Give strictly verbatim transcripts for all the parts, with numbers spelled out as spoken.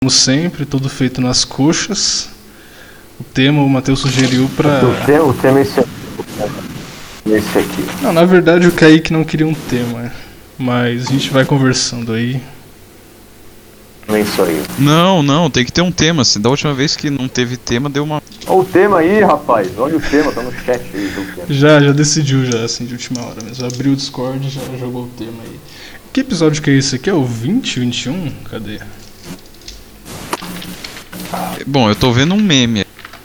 como sempre, tudo feito nas coxas. O tema o Matheus sugeriu pra... O tema, o tema é esse aqui. Esse aqui. Não, na verdade o Kaique não queria um tema, mas a gente vai conversando aí. Nem só isso. Não, não, tem que ter um tema. Se da última vez que não teve tema, deu uma... Olha o tema aí, rapaz. Olha o tema, tá no chat aí do tema. Já, já decidiu já, assim, de última hora mesmo. Abriu o Discord e já jogou o tema aí. Que episódio que é esse aqui? É o vinte, vinte e um? Cadê? Bom, eu tô vendo um meme.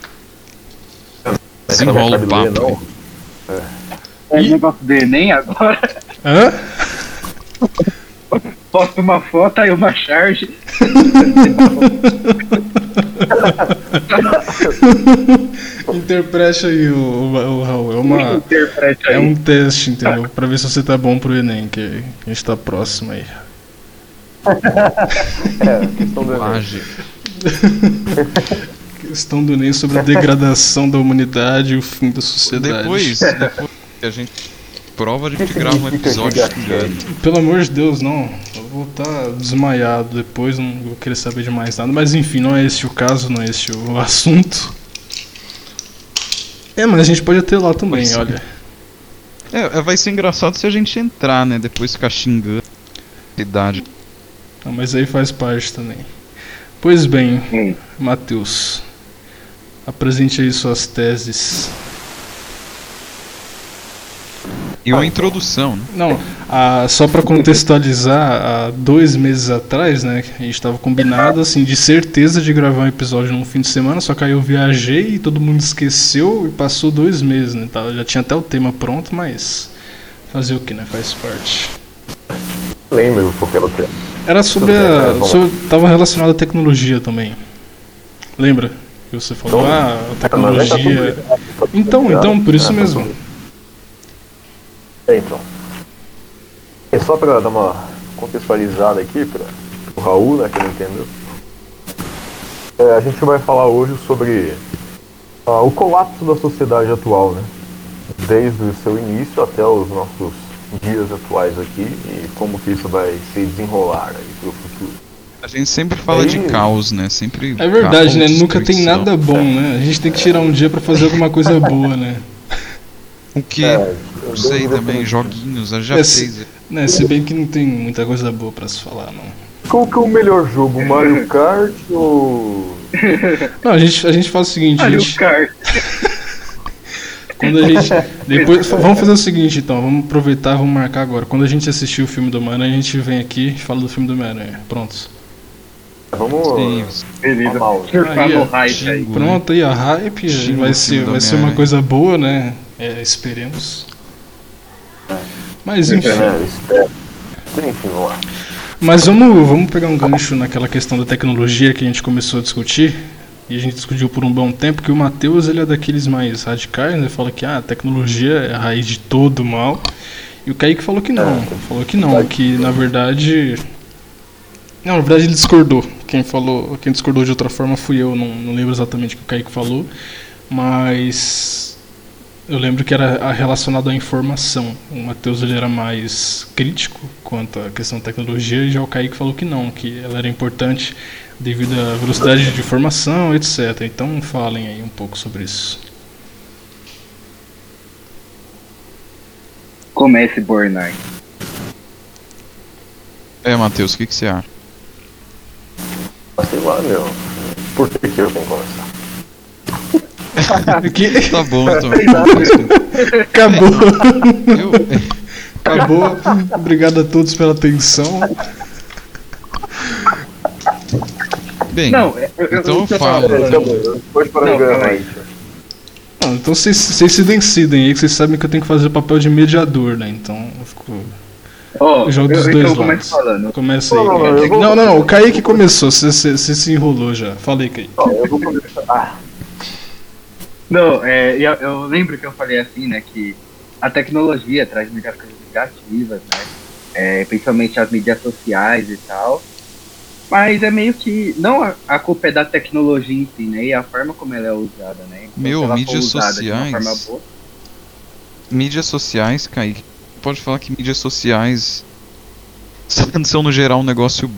Desenrola o papo. Não. É o Ih. negócio do Enem agora. Hã? Posta uma foto, aí uma charge. Interprete aí o, o, o Raul. É, uma, Interprete aí. é um teste, entendeu? Pra ver se você tá bom pro Enem, que a gente tá próximo aí. É, questão do Enem. Plágio. Questão do Enem sobre a degradação da humanidade e o fim da sociedade. Depois, depois que a gente prova, a gente grava um episódio xingando. Pelo amor de Deus, não. Eu vou estar desmaiado depois, não vou querer saber de mais nada. Mas enfim, não é esse o caso, não é esse o assunto. É, mas a gente pode ter lá também, Pois olha. É, vai ser engraçado se a gente entrar, né? Depois ficar xingando a cidade. Não, mas aí faz parte também. Pois bem, Hum. Matheus, apresente aí suas teses. E uma introdução, né? Não, ah, só pra contextualizar, há dois meses atrás, né, a gente tava combinado, assim, de certeza de gravar um episódio num fim de semana, só que aí eu viajei e todo mundo esqueceu e passou dois meses, né, tá? Já tinha até o tema pronto, mas fazer o que, né, faz parte. Lembro porque ela tem. Era sobre a... sobre, tava relacionado à tecnologia também. Lembra? Que você falou, Então, ah, a tecnologia... Então, então, por isso mesmo. É, então. É só pra dar uma contextualizada aqui para o Raul, né, que não entendeu. É, a gente vai falar hoje sobre ah, o colapso da sociedade atual, né? Desde o seu início até os nossos dias atuais aqui e como que isso vai se desenrolar aí pro futuro. A gente sempre fala Aí- de caos, né? Sempre É verdade, né? caos, Nunca tem destruição. nada bom, né? A gente tem que tirar um dia pra fazer alguma coisa boa, né? O que? É, Não sei eu- também, joguinhos, a gente já É, se- fez. né? Se bem que não tem muita coisa boa pra se falar, não. Qual que é o melhor jogo? Mario Kart ou... Não, a gente, a gente faz o seguinte, a Olha gente, o Kart. quando a gente... Depois, vamos fazer o seguinte, então, vamos aproveitar, vamos marcar agora. Quando a gente assistir o filme do Homem-Aranha, a gente vem aqui e fala do filme do Homem-Aranha. Pronto. Vamos... Beleza. Mal. Surfar Aí, no ó, hype aí. Pronto, aí a hype Xinga vai o ser, filme do vai ser uma Homem-Aranha. coisa boa, né? É, esperemos. Mas enfim... né, espero. Enfim, vamos lá. Mas vamos, vamos pegar um gancho naquela questão da tecnologia que a gente começou a discutir. E a gente discutiu por um bom tempo que o Matheus ele é daqueles mais radicais, né? Fala que ah, a tecnologia é a raiz de todo o mal. E o Kaique falou que não. Falou que não, que na verdade... Não, na verdade ele discordou. Quem falou, quem discordou de outra forma fui eu, não, não lembro exatamente o que o Kaique falou. Mas... eu lembro que era relacionado à informação. O Matheus ele era mais crítico quanto à questão da tecnologia e já o Kaique falou que não, que ela era importante devido à velocidade de informação, etcétera. Então falem aí um pouco sobre isso. Comece Bornai. É, Matheus, o que, que você acha? Mas sei lá, meu. Por que que eu tenho que começar? Aqui, Tá bom, então. acabou. Eu, Acabou. Obrigado a todos pela atenção. bem, Não, eu, eu, então eu eu, falo. eu, Tá bom, pode parar Não, de gravar calma aí. aí. Não, então vocês vocês se decidem aí, que vocês sabem que eu tenho que fazer o papel de mediador, né? Então eu fico. Ó, Eu jogo dos eu, dois então eu lados. começo falando. Começa aí. Não, não, não, Kaique. eu vou- Não, não, não, o Kaique começou, você, você, você se enrolou já. Falei, Kaique. Ó, eu vou começar. Ah, Não, é, eu, eu lembro que eu falei assim, né, que a tecnologia traz muitas coisas negativas, né, é, principalmente as mídias sociais e tal, mas é meio que, não a, a culpa é da tecnologia em si, né, e a forma como ela é usada, né. Então, Meu, se ela for mídias usada de uma sociais. forma boa- mídias sociais, Kaique. Pode falar que mídias sociais são no geral um negócio bom.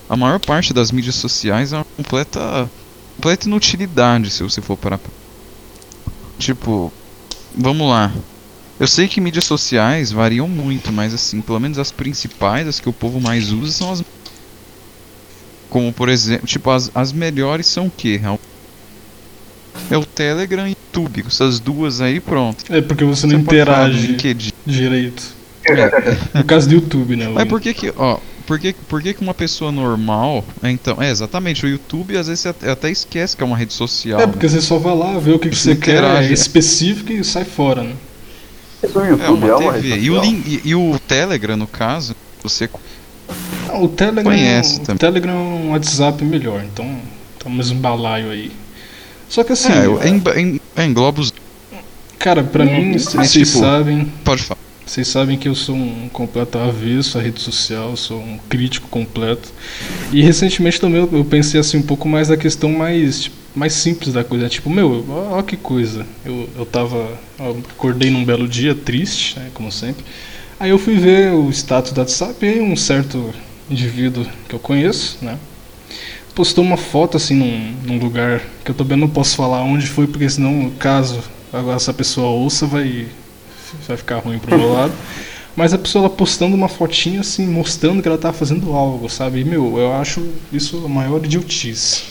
a maior parte das mídias sociais é uma completa, completa inutilidade, se você for parar. pra- Tipo, vamos lá. Eu sei que mídias sociais variam muito, mas assim, pelo menos as principais, as que o povo mais usa são as. Como por exemplo, tipo, as, as melhores são o quê? É o Telegram e o YouTube. Essas duas aí, pronto. É porque você não Você pode falar do interage LinkedIn. direito. É. No caso do YouTube, né? Mas por que que, ó, por que, por que que uma pessoa normal, é, então, é exatamente, o YouTube às vezes você até, até esquece que é uma rede social. É, né? porque você só vai lá ver o que, que Você você quer, interage. é específico e sai fora, né? Isso o É YouTube é uma uma, T V. rede E o, social? lin- e, e o Telegram, no caso, você Ah, o Telegram, Conhece o também. Telegram é um WhatsApp melhor, então tá o mesmo balaio aí. Só que assim, é, eu- em, em, é, engloba os. cara, pra mim, c- Mas, vocês tipo, sabem, Pode falar. vocês sabem que eu sou um completo avesso à rede social, sou um crítico completo. E recentemente também eu, eu pensei assim um pouco mais da questão mais tipo, mais simples da coisa, tipo, meu, ó, ó que coisa. Eu eu tava, ó, acordei num belo dia triste, né, como sempre. Aí eu fui ver o status do WhatsApp e aí um certo indivíduo que eu conheço, né, postou uma foto assim num, num lugar que eu também não posso falar onde foi, porque senão, caso agora essa pessoa ouça, vai, vai ficar ruim pro meu lado. Mas a pessoa ela postando uma fotinha assim, mostrando que ela tá fazendo algo, sabe? E, meu, eu acho isso a maior idiotice.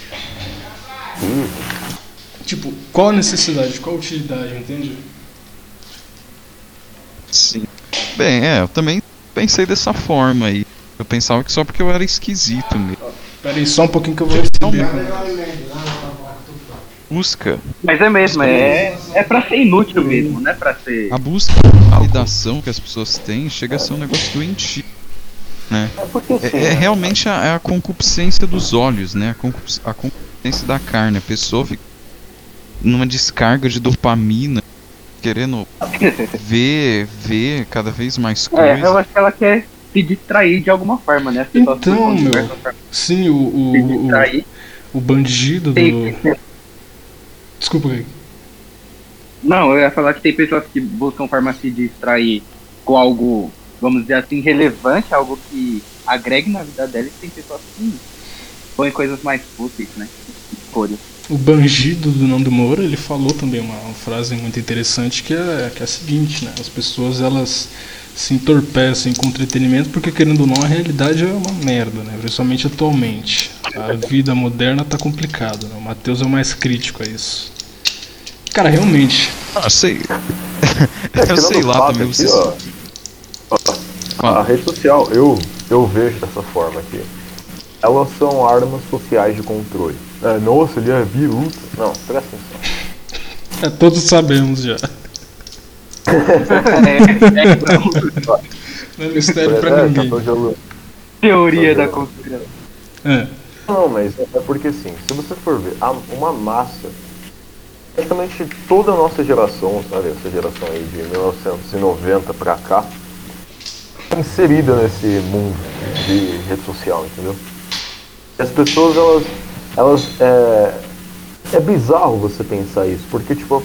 Tipo, qual a necessidade, qual a utilidade, entende? Sim. Bem, é, eu também pensei dessa forma aí. Eu pensava que só porque eu era esquisito mesmo. Pera aí, só um pouquinho que eu vou receber. Busca. Mas é mesmo, é, é pra ser inútil mesmo, não é pra ser. A busca de validação que as pessoas têm chega a ser um negócio doentio, né? É porque assim, É, é realmente a, é a concupiscência dos olhos, né? A, concup- a concupiscência da carne. A pessoa fica numa descarga de dopamina, querendo ver, ver cada vez mais É, coisas. eu acho que ela quer se distrair de alguma forma, né? As pessoas Então, ficam meu, diversas formas sim, o, o, de o, distrair. o bandido Tem- do... Desculpa aí. Não, eu ia falar que tem pessoas que buscam forma de se distrair com algo, vamos dizer assim, relevante, algo que agregue na vida dela, e tem pessoas que põem coisas mais fúteis, né? Escolhas. O bandido do Nando Moura, ele falou também uma, uma frase muito interessante que é, que é a seguinte, né? As pessoas, elas se entorpecem com entretenimento porque, querendo ou não, a realidade é uma merda, né? Principalmente atualmente. A vida moderna tá complicada, né? O Matheus é o mais crítico a isso. Cara, realmente, Ah, sei. é, eu tirando sei o lá fato também. aqui, Vocês... ó, ó, a rede social, eu, eu vejo dessa forma aqui. Elas são armas sociais de controle. É, nossa, ele é viúva. Não, presta atenção. é, todos sabemos já. É, é então, Não é mistério pra É, ninguém. tô jogando. teoria da conspiração. É. Não, mas é porque assim, se você for ver, há uma massa, praticamente toda a nossa geração, sabe, essa geração aí de mil novecentos e noventa pra cá, tá inserida nesse mundo de rede social, entendeu? E as pessoas, elas, elas, é, é bizarro você pensar isso, porque tipo,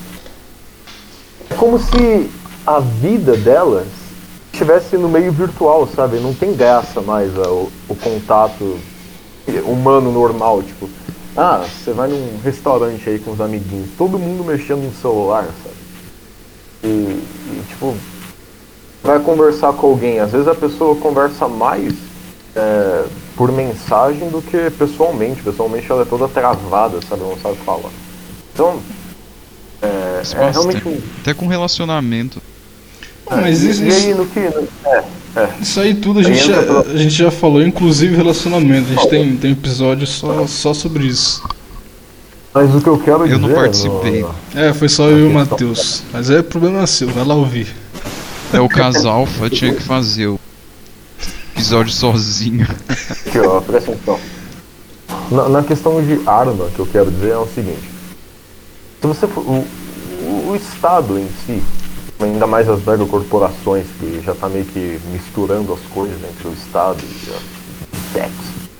é como se a vida delas estivesse no meio virtual, sabe? Não tem graça mais ó, o, o contato humano normal, tipo, ah, você vai num restaurante aí com os amiguinhos, todo mundo mexendo no celular, sabe? E, e, tipo, vai conversar com alguém, às vezes a pessoa conversa mais é, por mensagem do que pessoalmente, pessoalmente ela é toda travada, sabe? Não sabe falar. Então, é, Isso é realmente bastante. um... Até com relacionamento. Ah, mas e, isso, e aí isso, no que... no- é, é. isso aí tudo a Aí gente, já, entra pro- a gente já falou, inclusive relacionamento. A gente tem, tem episódio só, só sobre isso. Mas o que eu quero dizer... Eu não participei. no- É, foi só eu e o Matheus. Mas é problema seu, vai lá ouvir. É, o casal tinha que fazer o episódio sozinho. Aqui, ó, presta atenção. Na, na questão de arma, que eu quero dizer é o seguinte. Se você for, o, o, o Estado em si, ainda mais as megacorporações, que já tá meio que misturando as coisas entre o Estado e a Tex.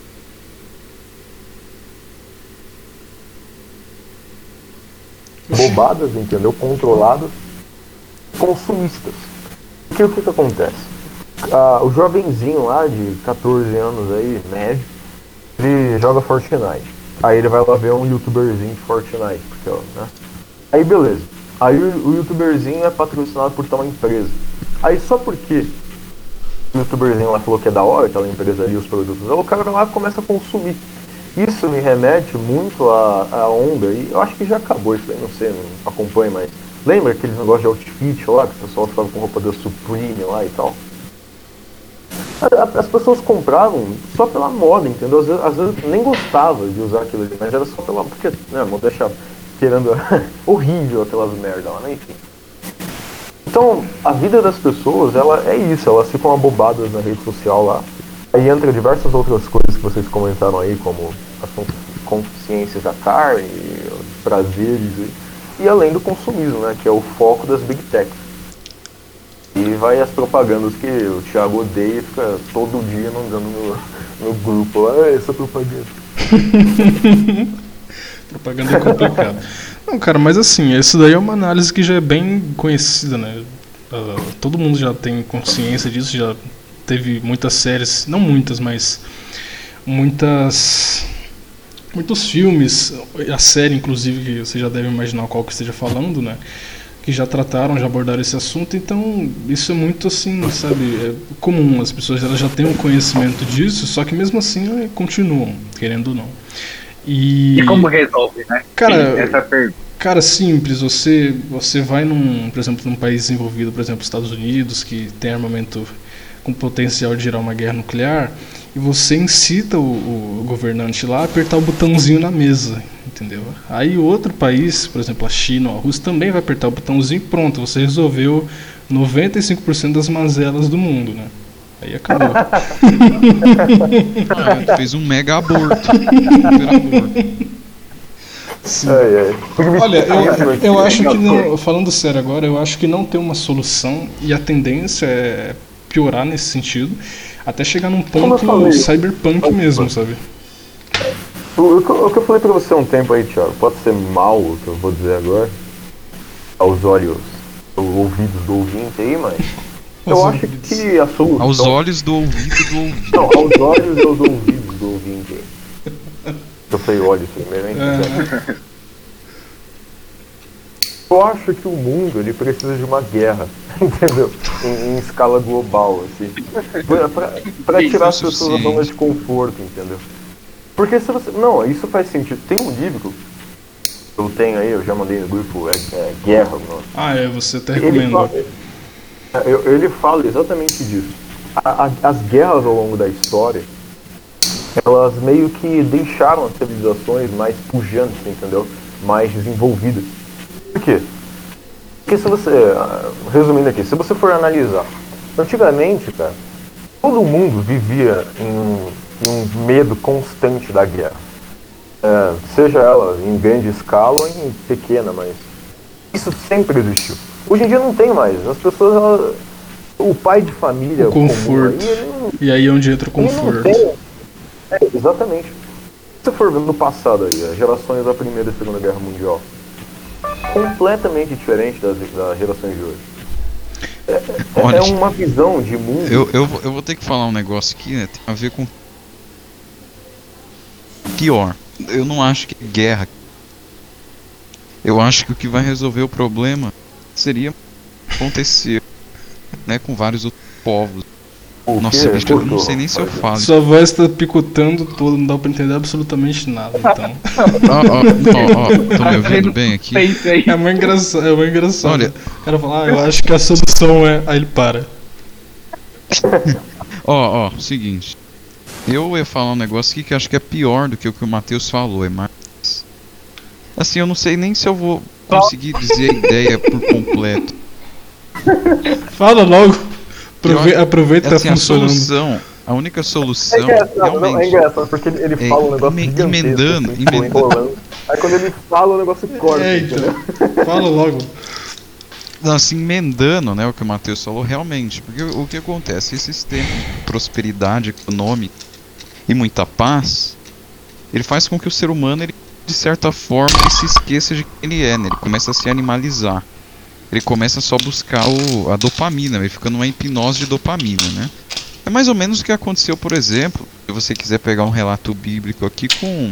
Bobadas, entendeu? Controladas, consumistas. Porque o que que acontece? a, o jovenzinho lá de catorze anos aí, médio, ele joga Fortnite. Aí ele vai lá ver um youtuberzinho de Fortnite, porque, né? Aí beleza. Aí o, o youtuberzinho é patrocinado por tal empresa. Aí só porque o youtuberzinho lá falou que é da hora, aquela empresa ali, os produtos, o cara vai lá e começa a consumir. Isso me remete muito à, à onda, e eu acho que já acabou isso aí, não sei, não acompanho mais. Lembra aqueles negócios de outfit lá, que o pessoal ficava com roupa da Supreme lá e tal? As pessoas compravam só pela moda, entendeu? Às vezes, às vezes nem gostava de usar aquilo ali, mas era só pela... porque, né, não deixa querendo... horrível aquelas merda lá, né? Enfim. Então, a vida das pessoas, ela é isso, elas ficam abobadas na rede social lá. Aí entra diversas outras coisas que vocês comentaram aí, como as consciências da carne, os prazeres, e, e além do consumismo, né? Que é o foco das Big Techs. E vai as propagandas que o Thiago odeia e fica todo dia mandando no, no grupo. Ah, essa propaganda. Propaganda é complicado. Não, cara, mas assim, isso daí é uma análise que já é bem conhecida, né? Uh, todo mundo já tem consciência disso, já teve muitas séries, não muitas, mas muitas muitos filmes, a série inclusive, que você já deve imaginar qual que esteja falando, né? Que já trataram, já abordaram esse assunto, então isso é muito assim, sabe, é comum, as pessoas elas já têm um conhecimento disso, só que mesmo assim continuam, querendo ou não. E, e como resolve, né? Cara, Sim, essa pergunta. Cara, simples, você, você vai num, por exemplo, num país desenvolvido, por exemplo, Estados Unidos, que tem armamento com potencial de gerar uma guerra nuclear, e você incita o, o governante lá a apertar o botãozinho na mesa, entendeu? Aí outro país, por exemplo a China ou a Rússia, também vai apertar o botãozinho e pronto, você resolveu noventa e cinco por cento das mazelas do mundo, né? Aí acabou. Ah, fez um mega aborto. Super aborto. Sim. Ai, ai. Olha, eu, eu acho que não, falando sério agora, eu acho que não tem uma solução e a tendência é piorar nesse sentido, até chegar num ponto cyberpunk mesmo, sabe? O, o, o que eu falei pra você há um tempo aí, Thiago, pode ser mal o que eu vou dizer agora, aos olhos, aos ouvidos do ouvinte aí, mas eu acho que a solução... Aos olhos do ouvido do ouvinte. Não, aos olhos e aos ouvidos do ouvinte aí. Eu falei olhos primeiro, hein? É. Eu acho que o mundo ele precisa de uma guerra, entendeu? Em, em escala global, assim. Pra, pra, pra tirar as pessoas da zona de conforto, entendeu? Porque se você... Não, isso faz sentido. Tem um livro, eu tenho aí, eu já mandei no grupo, é, é Guerra. Não. Ah, é, você até recomenda. Ele fala, ele fala exatamente disso. A, a, as guerras ao longo da história, elas meio que deixaram as civilizações mais pujantes, entendeu? Mais desenvolvidas. Por quê? Porque se você, resumindo aqui, se você for analisar, antigamente, cara, todo mundo vivia em, em um medo constante da guerra. É, seja ela em grande escala ou em pequena, mas isso sempre existiu. Hoje em dia não tem mais. As pessoas, elas, o pai de família... O conforto. Comum, aí, não, e aí é onde entra o conforto. É, exatamente. Se você for ver no passado aí, as gerações da Primeira e Segunda Guerra Mundial, completamente diferente das, das gerações de hoje. É, Olha, é uma visão de mundo... Eu, eu, eu vou ter que falar um negócio aqui, né? Tem a ver com... Pior. Eu não acho que é guerra. Eu acho que o que vai resolver o problema seria acontecer, né, com vários outros povos. Nossa, bicho, eu não sei nem se eu falo. Sua voz tá picotando toda, não dá pra entender absolutamente nada, então. Ó, ó, ó, ó, tô me ouvindo bem aqui? É muito engraçado, é muito engraçado. Olha, o cara fala, ah, eu acho que a solução é... Aí ele para. Ó, ó, seguinte. Eu ia falar um negócio aqui que eu acho que é pior do que o que o Matheus falou, é mais... Assim, eu não sei nem se eu vou conseguir dizer a ideia por completo. Fala logo. Aprove aproveita que assim, tá funcionando. A solução, a única solução... É engraçado, realmente, não, é engraçado porque ele é, fala um negócio eme, gigantesco, emendando, assim, emendando. Aí quando ele fala o negócio corta, é, entendeu? Então, fala logo. Assim, emendando, né, o que o Matheus falou, realmente. Porque o, o que acontece? Esses tempos de prosperidade econômica e muita paz, ele faz com que o ser humano, ele, de certa forma, ele se esqueça de quem ele é, né? Ele começa a se animalizar. ele começa só a buscar o, a dopamina, ele fica numa hipnose de dopamina, né? É mais ou menos o que aconteceu, por exemplo, se você quiser pegar um relato bíblico aqui com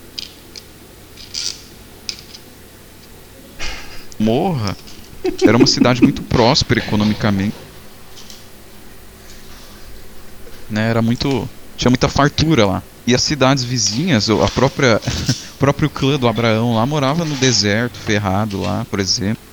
Morra, era uma cidade muito próspera economicamente, né? Era muito, tinha muita fartura lá. E as cidades vizinhas, a própria o próprio clã do Abraão lá morava no deserto, ferrado lá, por exemplo.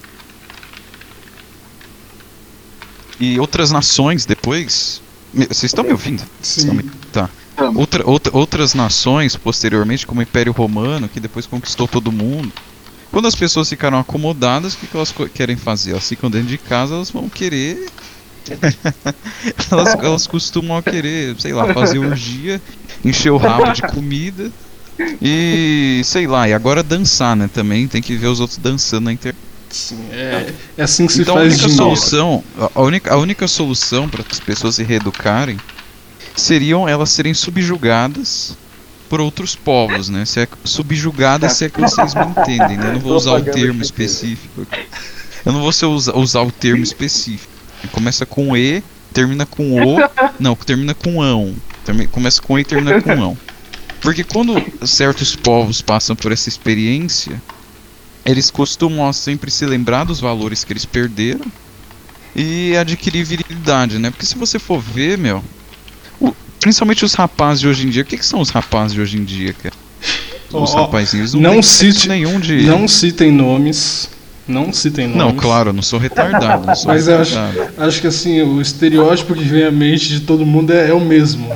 E outras nações depois... Vocês estão me ouvindo? Sim. Me... Tá. Outra, outra, outras nações posteriormente, como o Império Romano, que depois conquistou todo mundo. Quando as pessoas ficaram acomodadas, o que, que elas querem fazer? Elas ficam dentro de casa, elas vão querer... elas, elas costumam querer, sei lá, fazer orgia, encher o rabo de comida e, sei lá, e agora dançar, né? Também tem que ver os outros dançando na internet. Sim, é, é assim que se então, faz a única dinheiro. solução, a única, a única solução para as pessoas se reeducarem seriam elas serem subjugadas por outros povos, né? Se é subjugadas, se é que vocês me entendem, né? Eu não vou usar o termo específico aqui. Eu não vou usar, usar o termo específico. Começa com E, termina com O. Não, termina com ão. Termi, começa com E e termina com ão. Porque quando certos povos passam por essa experiência, eles costumam sempre se lembrar dos valores que eles perderam e adquirir virilidade, né? Porque se você for ver, meu, o, principalmente os rapazes de hoje em dia, o que, que são os rapazes de hoje em dia, cara? Os oh, rapazinhos não, não tem cite, nenhum de... Não citem nomes. Não citem nomes. Não, claro, eu não sou retardado. Não sou Mas retardado. eu acho, acho que assim, o estereótipo que vem à mente de todo mundo é, é o mesmo.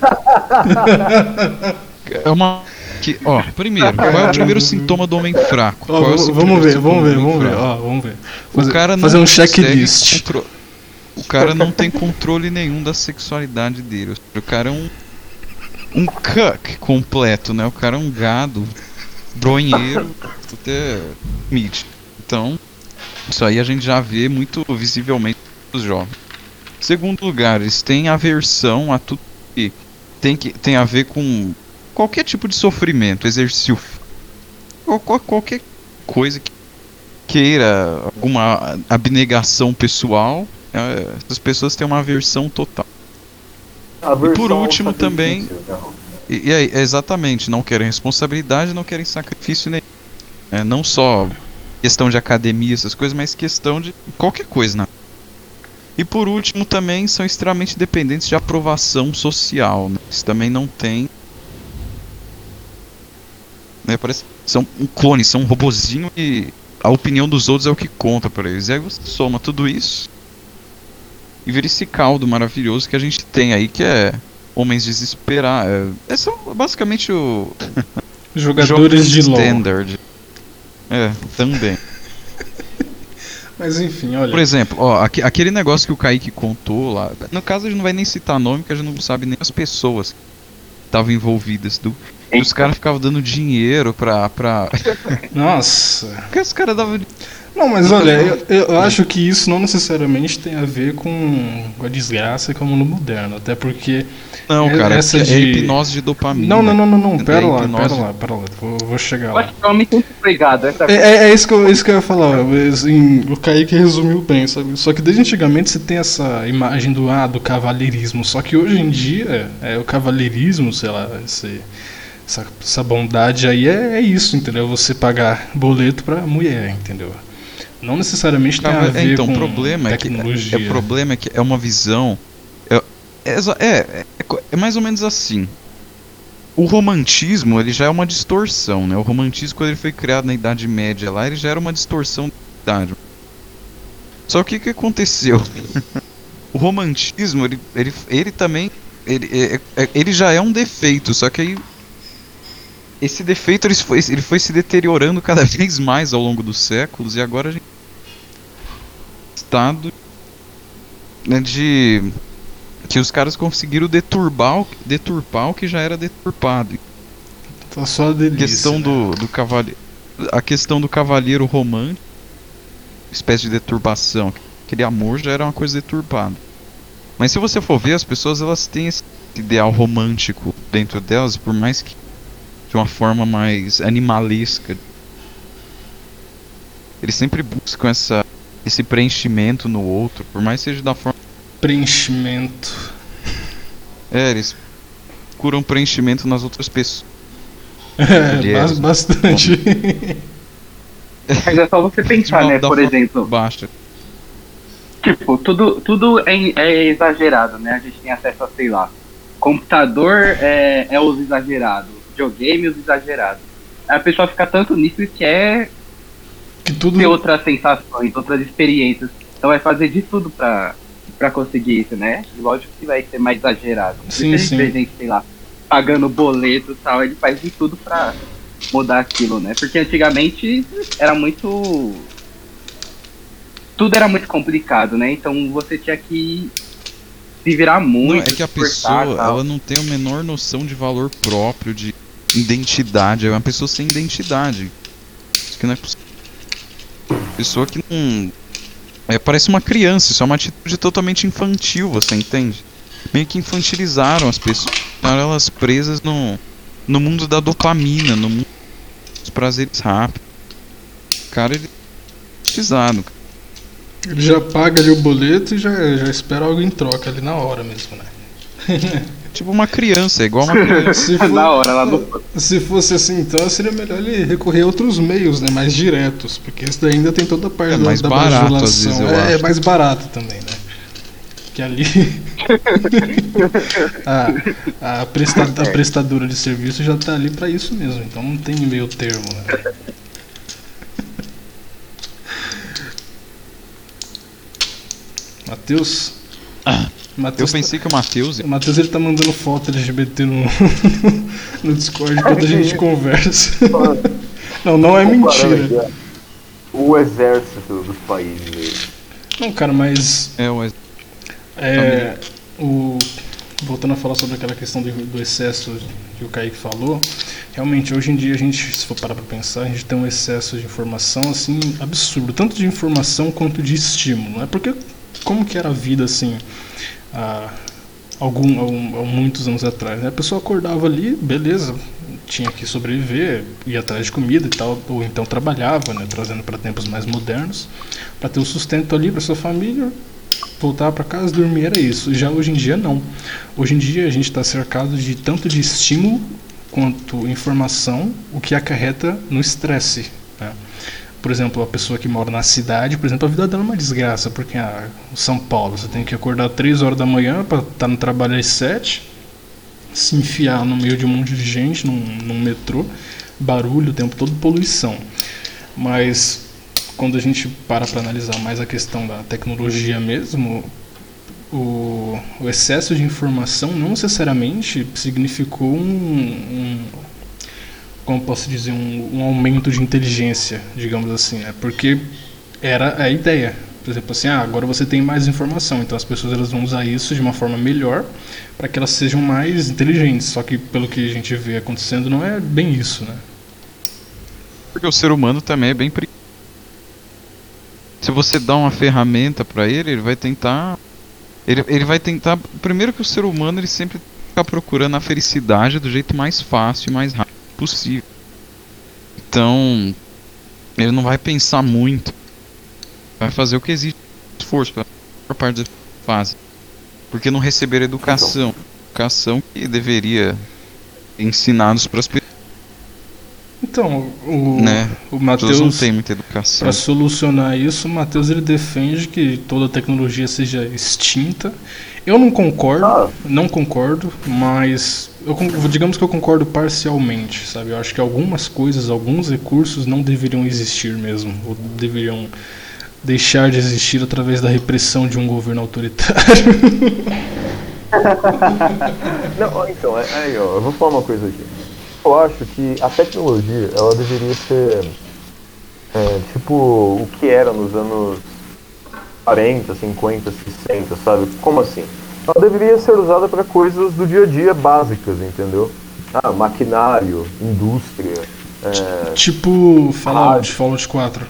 É uma... Que, ó, primeiro, qual é o primeiro sintoma do homem fraco? Ó, Qual é o vamos ver, sintoma vamos do ver, homem vamos ver, fraco? ó, vamos ver. Fazer, O cara não fazer um consegue checklist. contro- O cara não tem controle nenhum da sexualidade dele. O cara é um um cuck completo, né? O cara é um gado, bronheiro, até mid. Então, isso aí a gente já vê muito visivelmente nos jovens. Segundo lugar, eles têm aversão a tudo que tem, que tem a ver com qualquer tipo de sofrimento, exercício, qual- qual- qualquer coisa que queira alguma abnegação pessoal, é, essas pessoas têm uma aversão total. Aversão E por ao último também, sacrifício, né? e, e aí, exatamente, não querem responsabilidade, não querem sacrifício nenhum. É, não só questão de academia, essas coisas, mas questão de qualquer coisa, né? E por último também são extremamente dependentes de aprovação social, né? Eles também não têm, né, parece, são um clone, são um robozinho e a opinião dos outros é o que conta para eles. E aí você soma tudo isso e vira esse caldo maravilhoso que a gente tem aí, que é homens desesperados. É, é só basicamente o Jogadores de LoL. standard. É, também. Mas enfim, olha. Por exemplo, ó, aque- aquele negócio que o Kaique contou lá. No caso, a gente não vai nem citar nome, porque a gente não sabe nem as pessoas que estavam envolvidas. Do, e os caras ficavam dando dinheiro pra. pra... Nossa. Porque os caras davam. Não, mas olha, eu, eu acho que isso não necessariamente tem a ver com a desgraça como no moderno. Até porque. Não, é- cara, é, essa porque é de- hipnose de dopamina. Não, não, não, não, não. É Pera lá, hipnose. pera lá, pera lá. Vou, vou chegar Eu lá. acho que eu me sinto obrigado. Essa É, é, é isso, que eu, é isso que eu ia falar. Assim, o Kaique resumiu bem, sabe? Só que desde antigamente você tem essa imagem do, ah, do cavalheirismo. Só que hoje em dia, é, o cavalheirismo, sei lá, esse, essa, essa bondade aí é, é isso, entendeu? Você pagar boleto pra mulher, entendeu? Não necessariamente tem a É, ver então, com o problema é que, tecnologia. é, o problema é que é uma visão. É, é, exa- é, é, é mais ou menos assim. O romantismo, ele já é uma distorção, né? O romantismo, quando ele foi criado na Idade Média lá, ele já era uma distorção da idade. Só que o que aconteceu? O romantismo, ele, ele, ele também, ele, é- é- ele já é um defeito, só que aí esse defeito ele foi, ele foi se deteriorando cada vez mais ao longo dos séculos e agora a gente estado, né, de que os caras conseguiram deturbar, o- deturpar o que já era deturpado. Tá só a delícia. Questão né? do, do cavalheiro, a questão do cavalheiro romântico, espécie de deturbação, aquele amor já era uma coisa deturpada. Mas se você for ver, as pessoas elas têm esse ideal romântico dentro delas, por mais que de uma forma mais animalesca. Eles sempre buscam essa esse preenchimento no outro, por mais que seja da forma... Preenchimento. É, eles procuram preenchimento nas outras pessoas. É, Mulheres, bas- bastante. Mas é só você pensar, né? Da Por forma exemplo, baixa. tipo, tudo, tudo é, é exagerado, né? A gente tem acesso a, sei lá, computador é, é uso exagerado, videogame uso exagerado. Aí a pessoa fica tanto nisso que quer Que tudo. ter outras sensações, outras experiências. Então vai fazer de tudo pra, pra conseguir isso, né? E lógico que vai ser mais exagerado. Sim, Porque sim. a gente vê gente, sei lá, pagando boleto e tal, ele faz de tudo pra mudar aquilo, né? Porque antigamente era muito... Tudo era muito complicado, né? Então você tinha que se virar Não, muito, é que a se esforçar, pessoa, tal. ela não tem a menor noção de valor próprio, de identidade. É uma pessoa sem identidade. Isso que não é possível. Pessoa que não... É, parece uma criança, isso é uma atitude totalmente infantil, você entende? Meio que infantilizaram as pessoas, deixaram elas presas no, no mundo da dopamina, no mundo dos prazeres rápidos. Cara, ele é hipnotizado. Ele já paga ali o boleto e já, já espera algo em troca ali na hora mesmo, né? Tipo uma criança, é igual uma criança. Se, for- Na hora, lá no... se fosse assim, então seria melhor ele recorrer a outros meios, né? Mais diretos, porque isso daí ainda tem toda a parte É da, mais da barato, às bajulação. vezes, eu é, é acho. mais barato também, né? Que ali a, a, presta, a prestadora de serviço já tá ali pra isso mesmo, então não tem meio termo, né? Matheus? Eu Matheus tá- pensei que o Matheus... O Matheus ele tá mandando foto L G B T no, no Discord quando a gente conversa. Não, não é Comparando mentira. aqui, ó, o exército dos países aí. Não, cara, mas É, o... é, o, voltando a falar sobre aquela questão do, do excesso que o Kaique falou, realmente hoje em dia a gente, se for parar pra pensar, a gente tem um excesso de informação assim absurdo, tanto de informação quanto de estímulo, né? Porque como que era a vida assim há, algum, há, há muitos anos atrás, né? A pessoa acordava ali, beleza, tinha que sobreviver, ia atrás de comida e tal, ou então trabalhava, né? Trazendo para tempos mais modernos, para ter o sustento ali para sua família, voltar para casa, dormir, era isso. Já hoje em dia não. Hoje em dia a gente está cercado de tanto de estímulo quanto informação, o que acarreta no estresse, né? Por exemplo, a pessoa que mora na cidade, por exemplo, a vida dela é uma desgraça, porque ah, São Paulo, você tem que acordar três horas da manhã para estar no trabalho às sete, se enfiar no meio de um monte de gente, num, num metrô, barulho o tempo todo, poluição. Mas quando a gente para para analisar mais a questão da tecnologia mesmo, o, o excesso de informação não necessariamente significou um, um como posso dizer, um, um aumento de inteligência, digamos assim, né? Porque era a ideia. Por exemplo, assim, ah, agora você tem mais informação, então as pessoas elas vão usar isso de uma forma melhor para que elas sejam mais inteligentes. Só que pelo que a gente vê acontecendo, não é bem isso, né? Porque o ser humano também é bem pre... Se você dá uma ferramenta pra ele, ele vai tentar ele, ele vai tentar, primeiro que o ser humano ele sempre fica procurando a felicidade do jeito mais fácil e mais rápido possível. Então, ele não vai pensar muito. Vai fazer o que exige esforço para a parte da fase. Porque não receber educação, educação que deveria ensinados para as pessoas. Então, o, Né? o As pessoas não Matheus, têm muita educação. para solucionar isso, o Matheus ele defende que toda tecnologia seja extinta. Eu não concordo, Ah. não concordo, mas eu, con- digamos que eu concordo parcialmente, sabe? Eu acho que algumas coisas, alguns recursos não deveriam existir mesmo, ou deveriam deixar de existir através da repressão de um governo autoritário. Não, ó, então, é- aí ó, eu vou falar uma coisa aqui. Eu acho que a tecnologia, ela deveria ser é, tipo o que era nos anos quarenta, cinquenta, sessenta, sabe? Como assim? Ela deveria ser usada para coisas do dia a dia básicas, entendeu? Ah, maquinário, indústria. É, Tipo Fallout, Fallout quatro.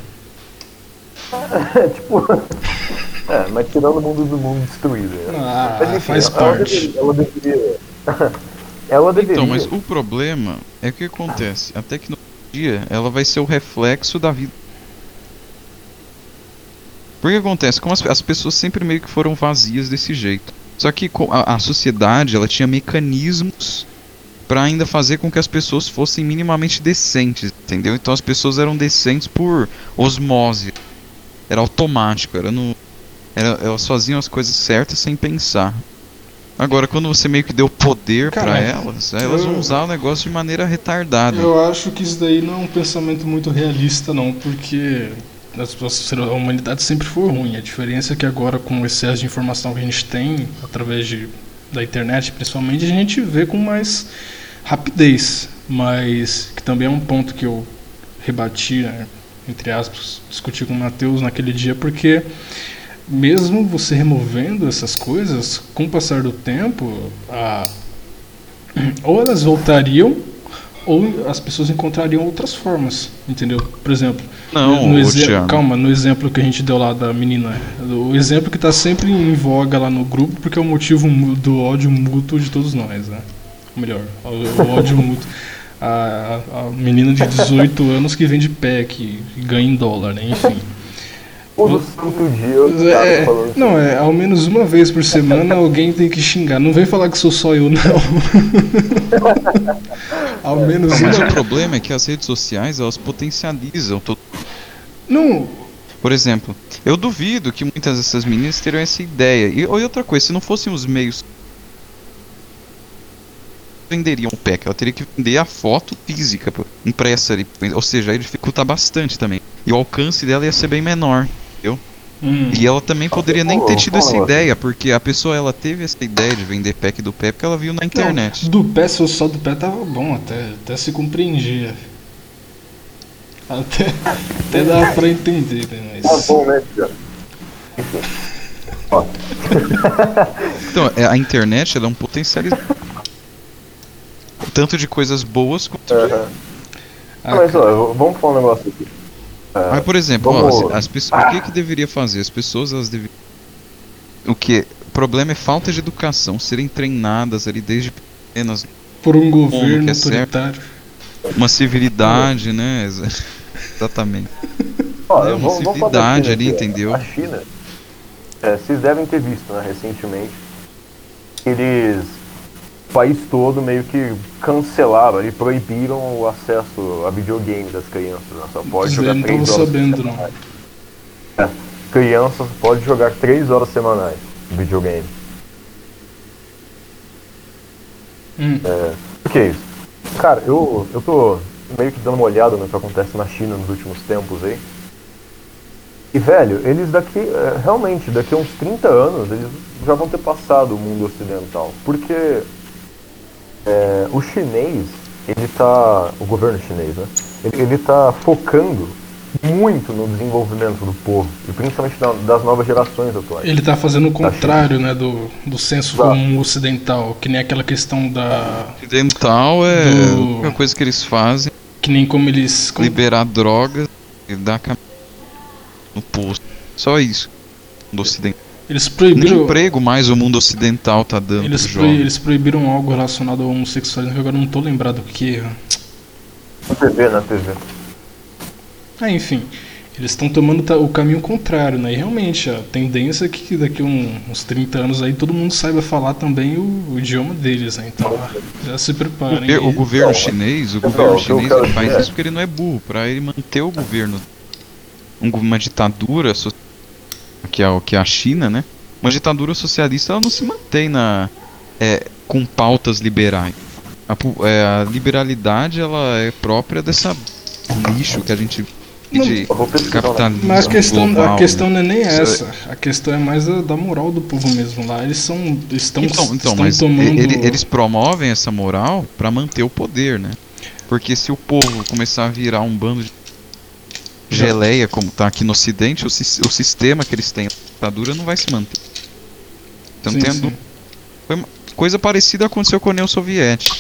é tipo. É, mas tirando o mundo do mundo destruído. Né? Ah, Mas, enfim, faz ela parte. deveria- Ela deveria. Ela deveria. Então, mas o problema é o que acontece. A tecnologia, ela vai ser o reflexo da vida. Porque acontece, como as, as pessoas sempre meio que foram vazias desse jeito. Só que co- a, a sociedade, ela tinha mecanismos pra ainda fazer com que as pessoas fossem minimamente decentes, entendeu? Então as pessoas eram decentes por osmose. Era automático, era no era, elas faziam as coisas certas sem pensar. Agora, quando você meio que deu poder Cara, pra elas, elas vão eu- usar o negócio de maneira retardada. Eu acho que isso daí não é um pensamento muito realista, não, porque as pessoas- a humanidade sempre foi ruim. A diferença é que agora, com o excesso de informação que a gente tem, através de, da internet principalmente, a gente vê com mais rapidez. Mas que também é um ponto que eu rebati, né, entre aspas, discuti com o Matheus naquele dia, porque mesmo você removendo essas coisas, com o passar do tempo, a, ou elas voltariam ou as pessoas encontrariam outras formas, entendeu? Por exemplo, Não, no ô, exe- Thiago. calma, no exemplo que a gente deu lá da menina, o exemplo que está sempre em voga lá no grupo, porque é o motivo mu- do ódio mútuo de todos nós, né? Ou melhor, o, o ódio mútuo. A, a, a menina de dezoito anos que vende pack e ganha em dólar, né? Enfim. Todo santo dia eu tava É, falando não, é, ao menos uma vez por semana alguém tem que xingar. Não vem falar que sou só eu, não. Ao menos Mas uma. o problema é que as redes sociais, elas potencializam todo. Não, Por exemplo, eu duvido que muitas dessas meninas teriam essa ideia. E e outra coisa, se não fossem os meios venderiam o pack, ela teria que vender a foto física, pô, impressa ali, ou seja, aí dificulta bastante também. E o alcance dela ia ser bem menor, entendeu? hum, E ela também poderia nem ter tido essa Fala. ideia, porque a pessoa ela teve essa ideia de vender pack do pé porque ela viu na internet. não, do pé, se fosse só do pé, tava bom, até, até se compreendia. Até, até dava pra entender, né? Tá Mas. bom, né, Thiago? Ó, Então, é, a internet ela é um potencializador tanto de coisas boas quanto de... é, Ah, mas ó, eu- vamos falar um negócio aqui. Mas, por exemplo, ó, vamos- as, as pessoas, o que que deveria fazer? As pessoas, elas deveriam... O que? O problema é falta de educação, serem treinadas ali desde pequenas, por um governo que é certo. autoritário. uma civilidade, né? Exa- Exatamente. Ó, É, uma vamos- vamos falar da civilidade China ali, aqui, ó. entendeu? A China, é, vocês devem ter visto, né, recentemente, eles, o país todo meio que cancelaram, e proibiram o acesso a videogame das crianças, né? Só pode Isso jogar daí eu não três tava horas sabendo, não. semanais. É, crianças pode jogar três horas semanais videogame. Hum. Por que isso? Cara, eu, eu tô meio que dando uma olhada no que acontece na China nos últimos tempos aí. E, velho, eles daqui, é, realmente, daqui a uns trinta anos, eles já vão ter passado o mundo ocidental. Porque é, o chinês, ele tá, o governo chinês, né? Ele, ele tá focando muito no desenvolvimento do povo, e principalmente da- das novas gerações atuais. Ele tá fazendo o contrário, né, do, do senso Exato. comum ocidental, que nem aquela questão da... Ocidental é Do- a única coisa que eles fazem Que nem como eles... como- liberar drogas e dar cam... no posto. Só isso. Do ocidental. Eles Nem proibiram... emprego mais o mundo ocidental tá dando Eles, pros proí- jovens. eles proibiram algo relacionado ao homossexualismo, que agora eu não tô lembrado o que. Na T V, na T V. Ah, enfim, eles estão tomando ta- o caminho contrário, né? E realmente, a tendência é que daqui a um- uns trinta anos aí todo mundo saiba falar também o, o idioma deles, né? Então, já se preparem. O aí. governo Então, chinês, o então, governo o que eu chinês quero ele faz dizer- isso porque ele não é burro, pra ele manter o governo, um- uma ditadura so- que é o que é a China, né? Uma ditadura socialista ela não se mantém na é, com pautas liberais. A, pu- é, a liberalidade ela é própria dessa lixo que a gente Não, de eu vou pesquisar, capitalismo Mas a questão, global, a questão não é nem Isso é- essa. A questão é mais a, da moral do povo mesmo lá. Eles são. Estão, Então, então estão mas tomando. ele- eles promovem essa moral pra manter o poder, né? Porque se o povo começar a virar um bando de geleia, como tá aqui no Ocidente, o, sis- o sistema que eles têm, a ditadura, não vai se manter. Então Sim, tem a sim. du- foi uma coisa parecida aconteceu com a União Soviética.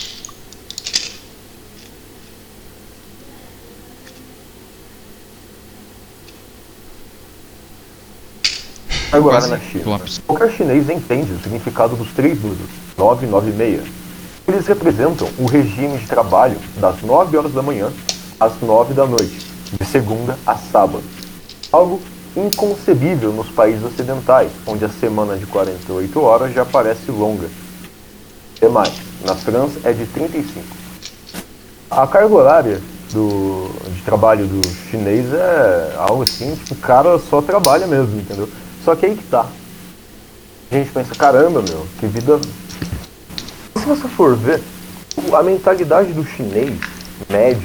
Agora Quase na China. colapso. Qualquer chinês entende o significado dos três números, nove, nove e meia. Eles representam o regime de trabalho das nove horas da manhã às nove da noite, de segunda a sábado. Algo inconcebível nos países ocidentais, onde a semana de quarenta e oito horas já parece longa. E mais, na França é de trinta e cinco. A carga horária do, de trabalho do chinês é algo assim, tipo, o cara só trabalha mesmo, entendeu? Só que aí que tá. A gente pensa, caramba, meu, que vida... Se você for ver, a mentalidade do chinês médio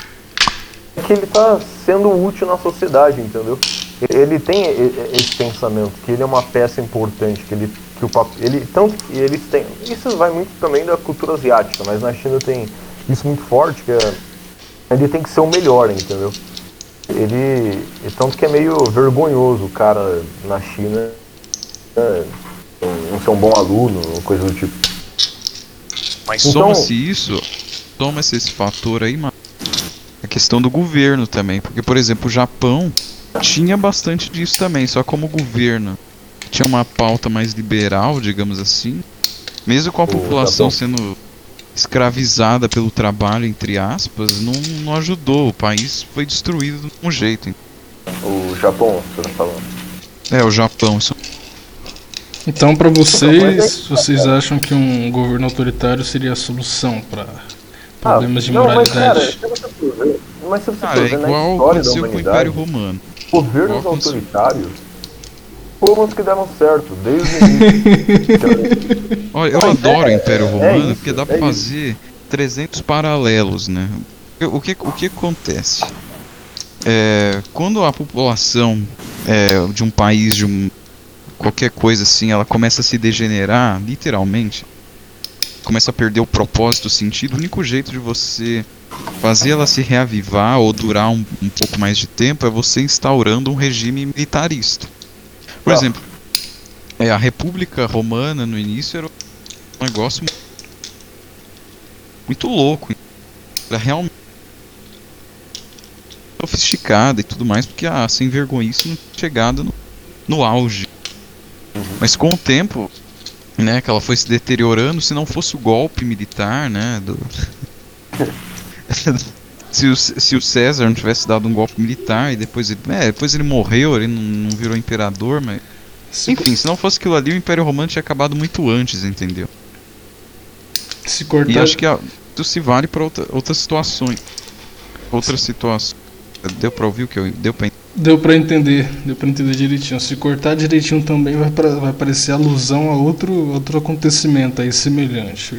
é que ele tá sendo útil na sociedade, entendeu? Ele tem esse pensamento, que ele é uma peça importante, que ele... Que o pap... ele, tanto que eles têm... Isso vai muito também da cultura asiática, mas na China tem isso muito forte, que é... Ele tem que ser o melhor, entendeu? Ele... Tanto que é meio vergonhoso o cara na China... É... não ser um bom aluno, coisa do tipo. Mas então, soma-se isso, soma-se esse fator aí, mano. A questão do governo também. Porque, por exemplo, o Japão tinha bastante disso também. Só como o governo tinha uma pauta mais liberal, digamos assim, mesmo com a população sendo escravizada pelo trabalho, entre aspas, não, não ajudou. O país foi destruído de um jeito. O Japão, você tá falando? É, o Japão. Isso... Então, pra vocês, vocês acham que um governo autoritário seria a solução pra problemas ah, de não, moralidade? Mas, cara, se você for ver, mas se você Cara, for é ver na igual história da aconteceu com o humanidade, Império Romano. governos Igual aconteceu. autoritários foram os que deram certo, desde o início. Olha, eu Mas adoro é- o Império é Romano isso, porque dá é pra isso. fazer trezentos paralelos, né? O que, o que acontece? É, quando a população é, de um país, de um, qualquer coisa assim, ela começa a se degenerar, literalmente, começa a perder o propósito, o sentido, o único jeito de você fazer ela se reavivar ou durar um, um pouco mais de tempo é você instaurando um regime militarista. Por Ah. exemplo, é, a República Romana no início era um negócio muito louco, era realmente sofisticada e tudo mais, porque a sem vergonhice não tinha chegado no, no auge. Mas com o tempo, né, que ela foi se deteriorando, se não fosse o golpe militar, né, do... se, o, se o César não tivesse dado um golpe militar e depois ele, é, depois ele morreu, ele não, não virou imperador, mas... Se, Enfim, se não fosse aquilo ali, o Império Romano tinha acabado muito antes, entendeu? se cortar, E acho que a- isso se vale para outra, outras situações. Outras situações. Deu pra ouvir o que eu... Deu pra deu pra entender, deu pra entender direitinho. Se cortar direitinho também vai, pra, vai parecer alusão a outro, outro acontecimento aí semelhante.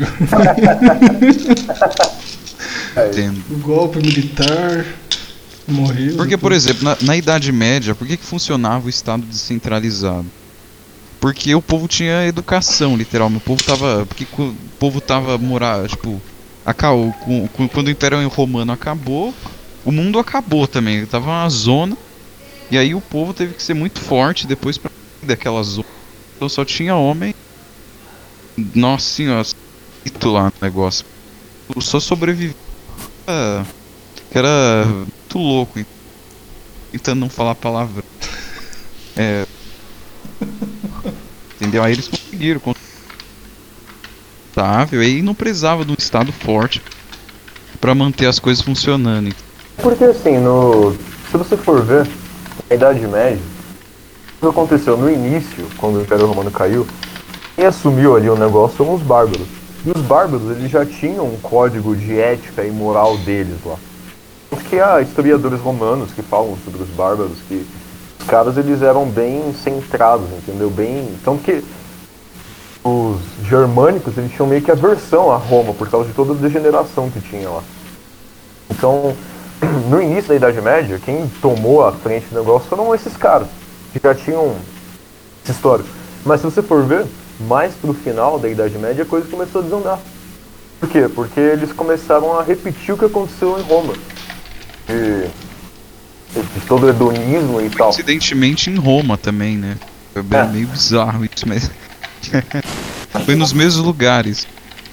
entender. O golpe militar morreu. Porque, por depois- exemplo, na, na Idade Média, por que, que funcionava o Estado descentralizado? Porque o povo tinha educação, literalmente. O povo tava. Porque co- o povo tava morar, tipo. Acabou, com- com- quando o Império Romano acabou, o mundo acabou também. Tava uma zona. E aí o povo teve que ser muito forte depois pra sair daquela zona. Então só tinha homem. Nossa senhora, escrito lá no negócio. Só sobrevivia. Que era muito louco. Tentando não falar palavra. É. Entendeu? Aí eles conseguiram. Estável, aí não precisava de um estado forte pra manter as coisas funcionando. Porque assim, no... se você for ver, na Idade Média, o que aconteceu no início, quando o Império Romano caiu, quem assumiu ali o negócio foram os bárbaros. E os bárbaros, eles já tinham um código de ética e moral deles lá. Porque há historiadores romanos que falam sobre os bárbaros, que os caras eles eram bem centrados, entendeu? Bem... Tanto que os germânicos eles tinham meio que aversão a Roma por causa de toda a degeneração que tinha lá. Então, no início da Idade Média, quem tomou a frente do negócio foram esses caras, que já tinham essa história. Mas se você for ver, mais pro final da Idade Média a coisa começou a desandar. Por quê? Porque eles começaram a repetir o que aconteceu em Roma. De, de todo o hedonismo e tal. Coincidentemente em Roma também, né? Foi bem, É. meio bizarro isso, mas. Foi nos mesmos lugares.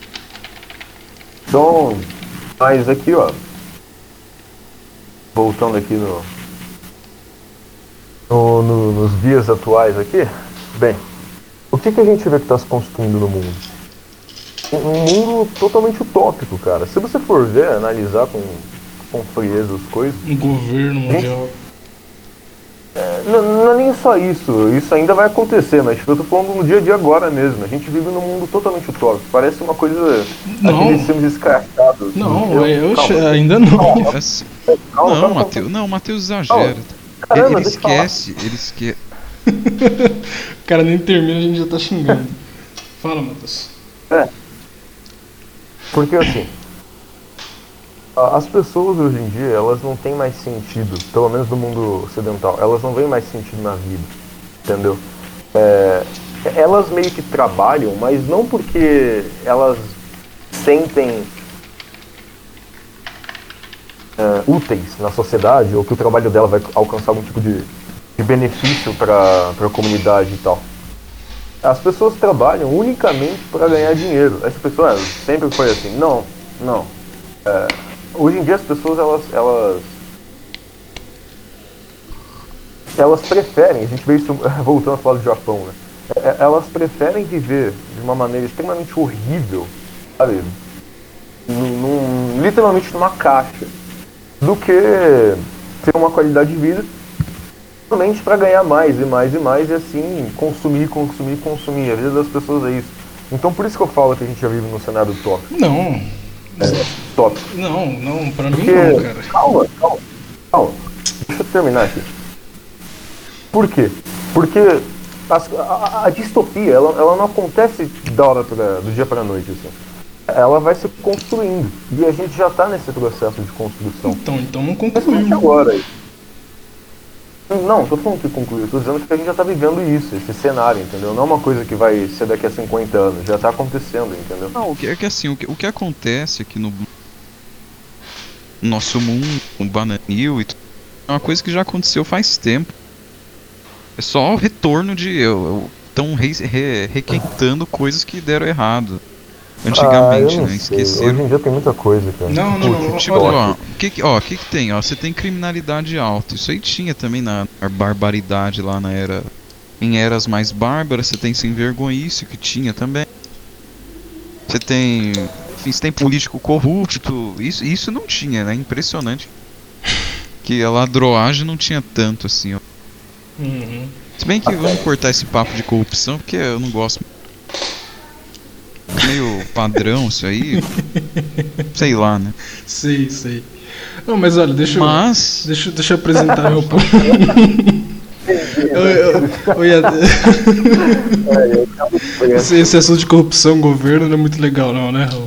Então, mas aqui ó, voltando aqui no, no, no- nos dias atuais aqui, bem, o que, que a gente vê que está se construindo no mundo? Um, um mundo totalmente utópico, cara. Se você for ver, analisar com, com frieza as coisas, Um governo mundial. Não, não é nem só isso, isso ainda vai acontecer, mas tipo, eu tô falando no dia a dia agora mesmo. A gente vive num mundo totalmente utópico, parece uma coisa. Não. Aqueles filmes escrachados. Não, eu, eu, calma, ainda não. É assim. calma, Não, calma, Matheus, não, Matheus exagera. Caramba, ele deixa eu falar. esquece, ele esquece. O cara nem termina, a gente já tá xingando. Fala, Matheus. É. Porque assim, a- as pessoas hoje em dia, elas não têm mais sentido, pelo menos no mundo ocidental, elas não veem mais sentido na vida, entendeu? É, elas meio que trabalham, mas não porque elas sentem é, úteis na sociedade, ou que o trabalho dela vai alcançar algum tipo de, de benefício para a comunidade e tal. As pessoas trabalham unicamente para ganhar dinheiro. Essa pessoa é, sempre foi assim. Não, não. É, hoje em dia as pessoas, elas, elas, elas preferem, a gente vê isso voltando a falar do Japão, né? É, elas preferem viver de uma maneira extremamente horrível, sabe? Num, num, literalmente numa caixa, do que ter uma qualidade de vida somente para ganhar mais e mais e mais e assim consumir, consumir, consumir. A vida das pessoas é isso. Então por isso que eu falo que a gente já vive num cenário tópico. Não, É, tópico. não, não, pra mim Porque, não, cara. calma, calma, calma. Deixa eu terminar aqui. Por quê? Porque as- a, a- a distopia, ela, ela não acontece da hora pra, do dia pra noite, assim. Ela vai se construindo. E a gente já tá nesse processo de construção. Então, então não Principalmente concluiu. agora. Não, tô falando que concluiu, tô dizendo que a gente já tá vivendo isso, esse cenário, entendeu? Não é uma coisa que vai ser daqui a cinquenta anos, já tá acontecendo, entendeu? Não, o que é que assim, o que, o que acontece aqui no nosso mundo, com o Bananil e tudo, é uma coisa que já aconteceu faz tempo. É só o retorno de. Estão re, re, requentando coisas que deram errado. Antigamente, Ah, eu não né? sei. Esqueceram. Hoje em dia tem muita coisa, cara. Não, não, não. Tipo, Olha, ó, o que que, ó, que que tem? Ó, você tem criminalidade alta. Isso aí tinha também na, na barbaridade lá na era. Em eras mais bárbaras, você tem sem vergonhice que tinha também. Você tem. Enfim, você tem político corrupto. Isso, isso não tinha, né? Impressionante. Que a ladroagem não tinha tanto assim, ó. Uhum. Se bem que vamos cortar esse papo de corrupção, porque eu não gosto. Meio padrão isso aí. Sei lá, né? Sei, sei. Não, mas olha, deixa eu, Mas. deixa, eu- deixa eu apresentar meu ponto. eu, eu, eu ia... esse, esse assunto de corrupção, governo, não é muito legal, não, né, Raul?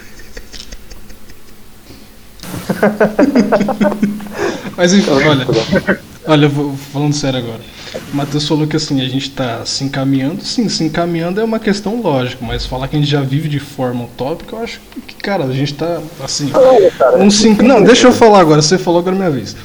Mas enfim, olha, olha, eu vou falando sério agora. O Matheus falou que assim, a gente tá se encaminhando, sim, se encaminhando é uma questão lógica, mas falar que a gente já vive de forma utópica, eu acho que, cara, a gente tá assim. Um cinco... Não, deixa eu falar agora, você falou agora é minha vez.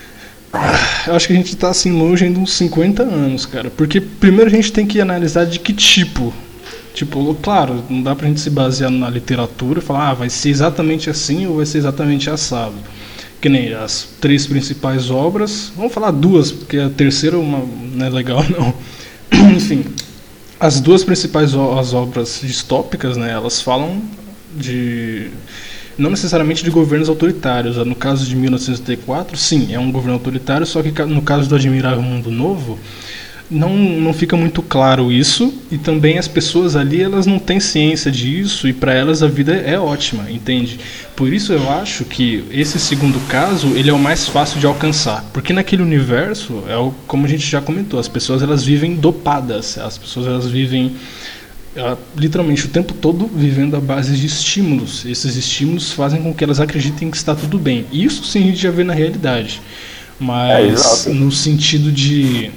Eu acho que a gente tá assim longe ainda uns cinquenta anos, cara. Porque primeiro a gente tem que analisar de que tipo. Tipo, claro, não dá pra gente se basear na literatura e falar, ah, vai ser exatamente assim ou vai ser exatamente assado. Que nem as três principais obras. Vamos falar duas, porque a terceira uma, não é legal, não. Enfim, as duas principais o- as obras distópicas, né, elas falam de... não necessariamente de governos autoritários. No caso de mil novecentos e setenta e quatro, sim, é um governo autoritário, só que ca- no caso do Admirável Mundo Novo, não, não fica muito claro isso, e também as pessoas ali elas não têm ciência disso, e para elas a vida é ótima, entende? Por isso eu acho que esse segundo caso ele é o mais fácil de alcançar, porque naquele universo, é o, como a gente já comentou, as pessoas elas vivem dopadas, as pessoas elas vivem ela, literalmente o tempo todo vivendo à base de estímulos. Esses estímulos fazem com que elas acreditem que está tudo bem. Isso sim a gente já vê na realidade. É, Mas exato. no sentido de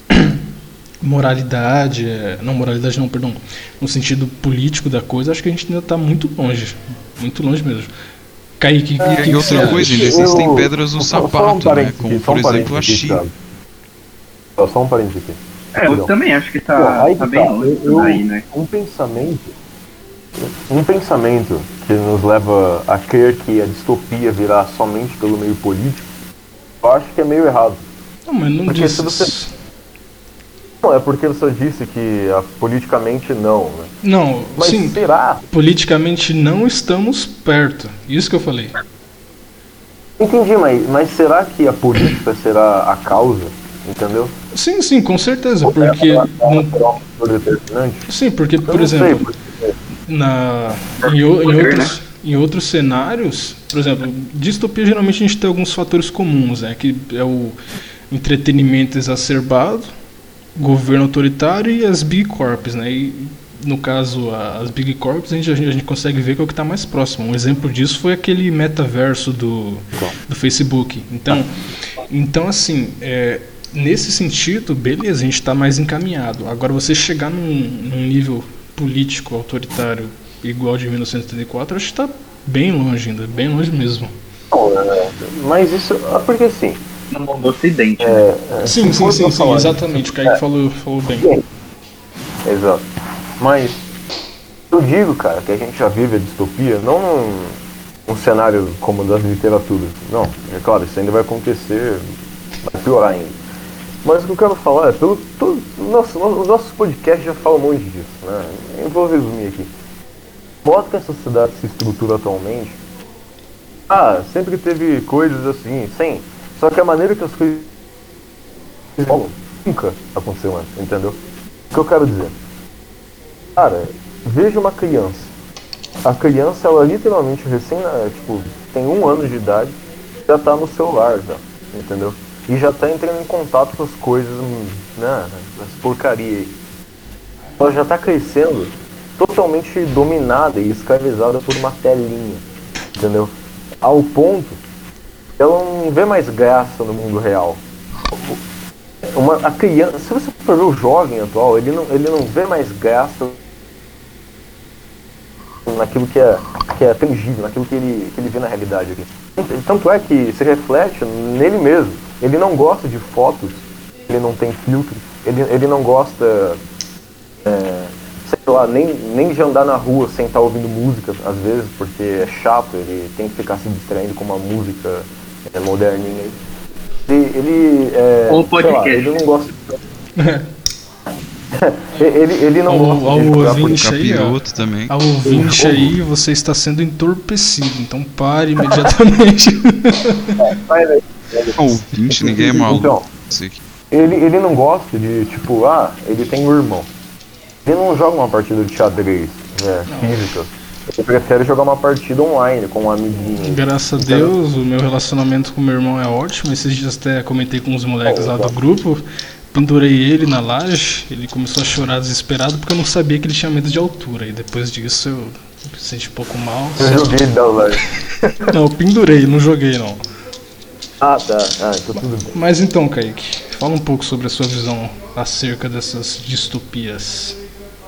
moralidade, é, não moralidade não, perdão, no sentido político da coisa, acho que a gente ainda está muito longe, muito longe mesmo. Kaique, E, que, e que outra você coisa, acha? ainda existem Eu- pedras no só- só um sapato, né? parênteses Como aqui, só por um exemplo a parênteses aqui, China. Thiago. Só, só um parênteses aqui. É, eu Perdão. também acho que Pô, tá, aí tá que bem tá. longe Eu- disso daí, né? Um pensamento, um pensamento que nos leva a crer que a distopia virá somente pelo meio político, eu acho que é meio errado. Não, mas não Porque disse se você- isso. Não, é porque você disse que ah, politicamente não, né? Não, Mas sim, será? politicamente não estamos perto. Isso que eu falei. Entendi, mas, mas será que a política será a causa entendeu? Sim, sim, com certeza, porque Ela- ela não- será um fator determinante? sim, porque Eu por não sei, exemplo, porque- na em, o- em Poder, outros em outros cenários, por exemplo, distopia geralmente a gente tem alguns fatores comuns, né, que é o entretenimento exacerbado, governo autoritário e as big corps, né? E no caso a- as big corps a gente, a gente consegue ver que é o que está mais próximo. Um exemplo disso foi aquele metaverso do, do Facebook. Então, então assim, é, nesse sentido, beleza, a gente está mais encaminhado. Agora você chegar num, num nível político autoritário igual de mil novecentos e setenta e quatro, acho que está bem longe ainda, bem longe mesmo. Não, é, mas isso. ah, Porque assim. No mundo ocidente, né? É, é, Sim, se sim, for sim, pra sim, falar exatamente. O Kaique falou, falou bem. Sim. Exato. Mas eu digo, cara, que a gente já vive a distopia, não num, num cenário como das literaturas. Não, é claro, isso ainda vai acontecer, vai piorar ainda. Mas o que eu quero falar é, pelo, todo, nossa, os nossos podcasts já falam um monte disso, né? Eu vou resumir aqui. Modo que a sociedade se estrutura atualmente, ah, sempre teve coisas assim, sim. Só que a maneira que as coisas rolam nunca aconteceu antes, entendeu? O que eu quero dizer? Cara, veja uma criança. A criança, ela literalmente recém, tipo, tem um ano de idade, já tá no celular, já, entendeu? E já tá entrando em contato com as coisas, né, as porcarias aí. Ela já tá crescendo totalmente dominada e escravizada por uma telinha, entendeu? Ao ponto ela não vê mais graça no mundo real. Uma, a criança, se você for ver o jovem atual, ele não, ele não vê mais graça naquilo que é, que é tangível, naquilo que ele, que ele vê na realidade aqui. Tanto é que se reflete nele mesmo. Ele não gosta de fotos, ele não tem filtro, ele, ele não gosta, é, sei lá, nem, nem de andar na rua sem estar ouvindo música, às vezes, porque é chato, ele tem que ficar se distraindo com uma música é, moderninha. Ele, ele, é, Ou sei podcast. lá, ele não gosta. ele, ele não Ao, gosta ao de jogar ouvinte aí, ó, Capiroto também. ao ouvinte aí, você está sendo entorpecido, então pare imediatamente. O ouvinte, ninguém é maluco. Então, Isso aqui. ele, ele não gosta de, tipo, ah, ele tem um irmão. Ele não joga uma partida de xadrez, né, física. Ele prefere jogar uma partida online com um amiguinho. Graças a Deus, o meu relacionamento com meu irmão é ótimo. Esses dias até comentei com os moleques lá do grupo. Pendurei ele na laje, ele começou a chorar desesperado porque eu não sabia que ele tinha medo de altura. E depois disso eu me senti um pouco mal. Eu joguei da live. Não, eu pendurei, não joguei não. Ah, tá. Ah, então tudo bem. Mas então, Kaique, fala um pouco sobre a sua visão acerca dessas distopias.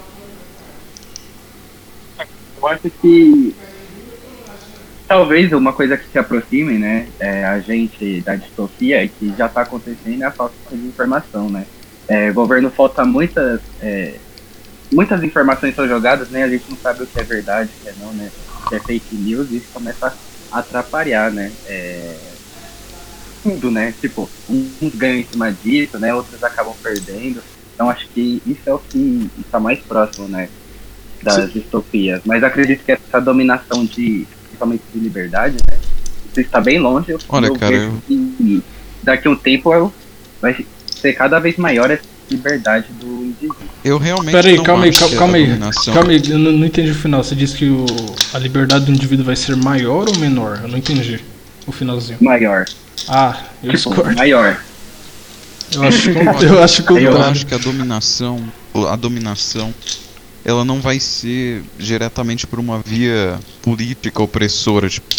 Eu acho que talvez uma coisa que se aproxime, né, é, a gente da distopia e que já está acontecendo é a falta de informação, né. É, o governo falta muitas, é, muitas informações são jogadas, né, a gente não sabe o que é verdade, o que é não, né, o que é fake news, e isso começa a atrapalhar, né, é, tudo, né, tipo, uns ganham em cima disso, né, outros acabam perdendo, então acho que isso é o que está mais próximo, né, das Sim. distopias, mas acredito que essa dominação de, principalmente de liberdade, né, isso está bem longe. Eu, Olha, eu cara, vejo eu- que daqui a um tempo eu, vai ser cada vez maior essa liberdade do indivíduo. Eu realmente Pera aí, não calma aí, acho calma, que a calma aí, dominação- calma aí, eu não, não entendi o final. Você disse que o, a liberdade do indivíduo vai ser maior ou menor? Eu não entendi o finalzinho. Maior. Ah, eu Tipo, discordo. maior. Eu acho que eu acho que Eu eu acho que a dominação, a dominação, ela não vai ser diretamente por uma via política opressora, tipo,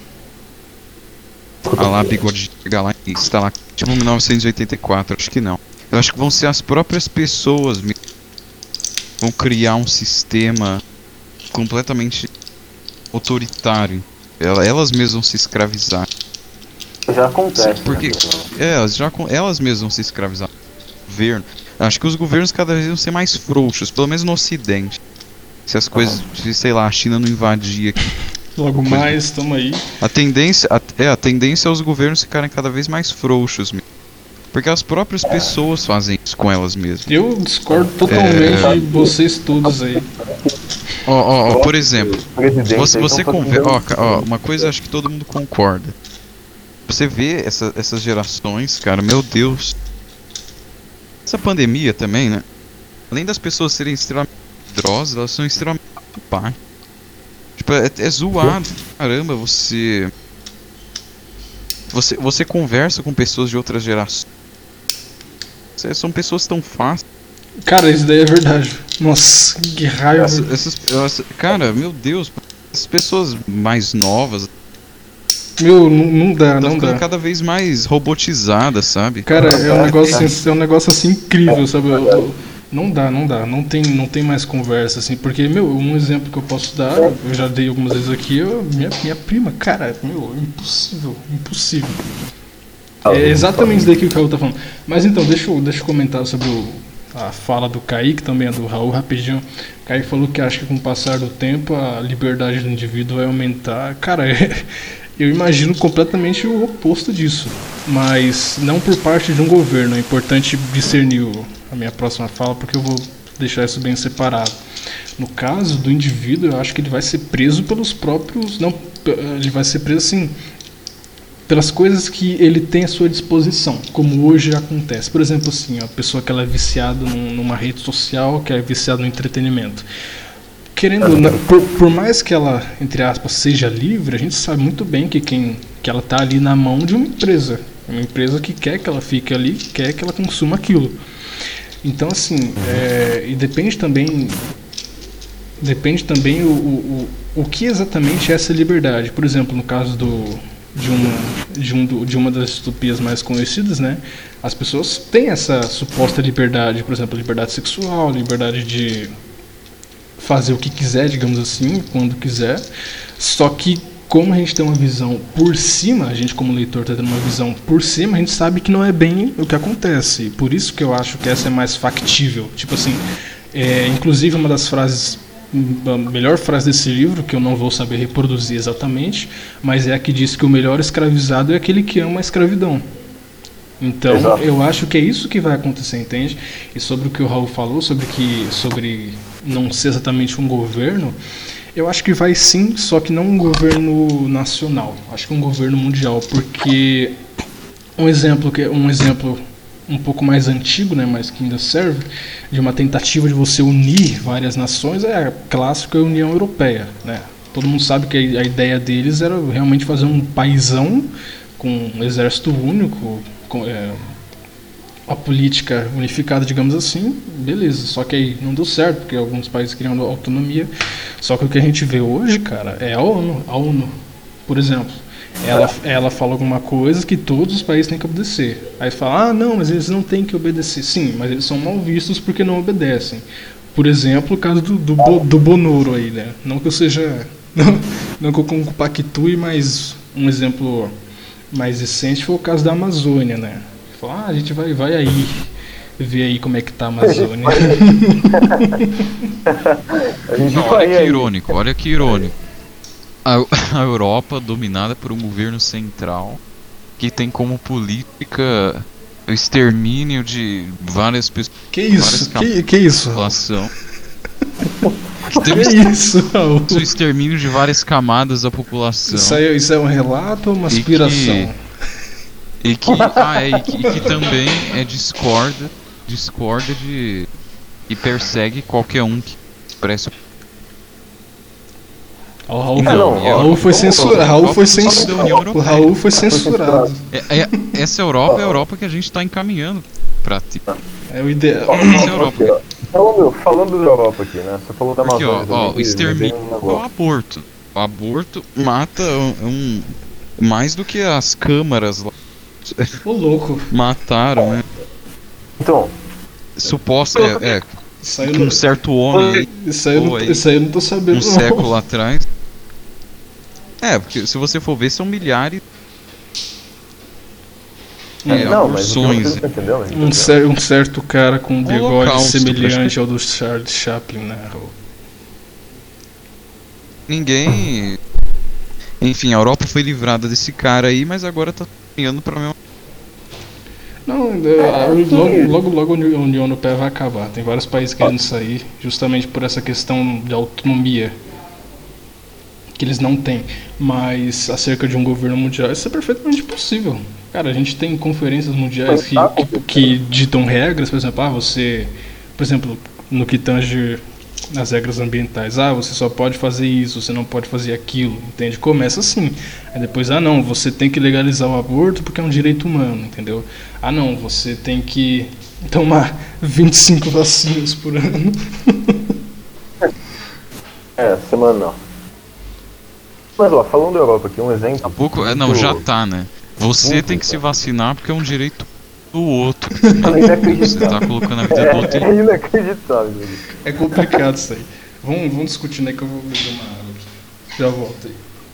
a lá bigode chegar lá e instalar, tipo mil novecentos e oitenta e quatro, acho que não. Eu acho que vão ser as próprias pessoas que vão criar um sistema completamente autoritário. Ela- Elas mesmas vão se escravizar. Já acontece. Porque né? é, elas já com- elas mesmas vão se escravizar. O governo. Acho que os governos cada vez vão ser mais frouxos, pelo menos no ocidente. Se as coisas, se, sei lá, a China não invadir aqui. logo mais, tamo aí. A tendência, a, é, a tendência é os governos ficarem cada vez mais frouxos, mesmo. Porque as próprias pessoas fazem isso com elas mesmas. Eu discordo totalmente É. de vocês todos aí. Ó, ó, ó, por exemplo, Presidente, você, aí você tão conver... fazendo- ó, ca- ó, uma coisa acho que todo mundo concorda. Você vê essa- essas gerações, cara, meu Deus. essa pandemia também, né? Além das pessoas serem extremamente medrosas, elas são extremamente pá. Tipo, é, é zoado. Caramba, você... você... Você conversa com pessoas de outras gerações. Você- São pessoas tão fáceis. Cara, isso daí é verdade. Nossa, que raiva. Essas, essas- essas- cara, meu Deus. Essas pessoas mais novas Meu, não, não dá, estão não ficando dá. cada vez mais robotizadas, sabe? Cara, é um negócio assim, é um negócio assim incrível, sabe? Eu- eu- não dá, não dá, não tem, não tem mais conversa assim, porque meu, um exemplo que eu posso dar, eu já dei algumas vezes aqui, eu, minha, minha prima, cara, meu, impossível, impossível. É exatamente isso daí que o Raul tá falando. Mas então, deixa eu, deixa eu comentar sobre o, a fala do Kaique, também a do Raul, rapidinho. O Kaique falou que acha que com o passar do tempo a liberdade do indivíduo vai aumentar. Cara, eu imagino completamente o oposto disso. Mas não por parte de um governo. É importante discernir o- a minha próxima fala, porque eu vou deixar isso bem separado. No caso do indivíduo, eu acho que ele vai ser preso pelos próprios... Não, ele vai ser preso assim... pelas coisas que ele tem à sua disposição, como hoje acontece. Por exemplo, assim, a pessoa que ela é viciada num- numa rede social, que é viciada no entretenimento. Querendo, ou não, por, por mais que ela, entre aspas, seja livre, a gente sabe muito bem que quem que ela está ali na mão de uma empresa. Uma empresa que quer que ela fique ali, quer que ela consuma aquilo. Então, assim, é, e depende também depende também o, o, o, o que exatamente é essa liberdade. Por exemplo, no caso do, de, uma, de, um, do- de uma das distopias mais conhecidas, né, as pessoas têm essa suposta liberdade, por exemplo, liberdade sexual, liberdade de fazer o que quiser, digamos assim, quando quiser. Só que como a gente tem uma visão por cima, a gente como leitor está tendo uma visão por cima, a gente sabe que não é bem o que acontece. E por isso que eu acho que essa é mais factível. Tipo assim, é, inclusive uma das frases, a melhor frase desse livro, que eu não vou saber reproduzir exatamente, mas é a que diz que o melhor escravizado é aquele que ama a escravidão. Então, Exato. eu acho que é isso que vai acontecer, entende? E sobre o que o Raul falou, sobre que sobre não ser exatamente um governo, eu acho que vai sim, só que não um governo nacional, acho que um governo mundial, porque um exemplo que um exemplo um pouco mais antigo, né, mas que ainda serve, de uma tentativa de você unir várias nações é a clássica União Europeia, né? Todo mundo sabe que a a ideia deles era realmente fazer um paizão com um exército único, com, é, a política unificada, digamos assim, beleza. Só que aí não deu certo, porque alguns países queriam autonomia. Só que o que a gente vê hoje, cara, é a ONU. A ONU, por exemplo, ela, ela fala alguma coisa que todos os países têm que obedecer. Aí fala, ah, não, mas eles não têm que obedecer. Sim, mas eles são mal vistos porque não obedecem. Por exemplo, o caso do, do, Bo- do Bonoro aí, né? Não que eu seja... Não, não que eu compactue, mas um exemplo mais recente foi o caso da Amazônia, né? Falou, ah, a gente vai, vai aí ver aí como é que tá a Amazônia. A gente Não, vai olha que aí. irônico, olha que irônico. A, a Europa dominada por um governo central que tem como política o extermínio de várias pessoas Que isso? Que, que isso, da Raul? população. Que tem Que o isso, Raul? o extermínio de várias camadas da população. Isso, aí, isso é um relato ou uma E que- aspiração? E que, ah, é, e que, e que também é discorda, discorda de e persegue qualquer um que expresse. Ó, o Raul, Não, não, não, Raul foi não, censurado. não, Raul foi não, não, censurado. da União O Europeia. Raul foi censurado. É, é- essa Europa é a Europa que a gente tá encaminhando pra ti. É o ideal. Essa é a Europa. Aqui, ó. Então, meu, falando da Europa aqui, né? Você falou da Porque, Amazônia. ó, ó, também, o que extermínio vem um é o negócio. aborto. O aborto mata um, um- mais do que as câmaras lá Ô, louco. mataram, né? Então, Suposta, é, é Isso aí eu que não, um certo homem aí, isso aí eu não, Pô, aí, isso aí eu não tô sabendo, um não. século atrás. É, porque se você for ver, são milhares É, de não, mas o que aborções. você tá entendendo? Um, entendeu? cer- um certo cara com um bigode Holocausto, semelhante ao do Charles Chaplin, né, Raul? Ninguém. Enfim, a Europa foi livrada desse cara aí, mas agora tá caminhando pra mesma. Não, é, logo, logo, logo a União Europeia vai acabar. Tem vários países querendo sair justamente por essa questão de autonomia que eles não têm. Mas acerca de um governo mundial, isso é perfeitamente possível. Cara, a gente tem conferências mundiais que, que, que ditam regras, por exemplo, ah, você, por exemplo, no que tange as regras ambientais, ah, você só pode fazer isso, você não pode fazer aquilo, entende? Começa assim. Aí depois, ah não, você tem que legalizar o aborto porque é um direito humano, entendeu? Ah não, você tem que tomar vinte e cinco vacinas por ano. É, semanal. Mas ó, falando da Europa aqui, um exemplo. Daqui a pouco, é, não, já tá, né? Você tem que se vacinar porque é um direito do outro. Você tá colocando a vida do outro. É inacreditável. É complicado isso aí. Vamos, vamos discutindo aí que eu vou beber uma água aqui. Já volto aí.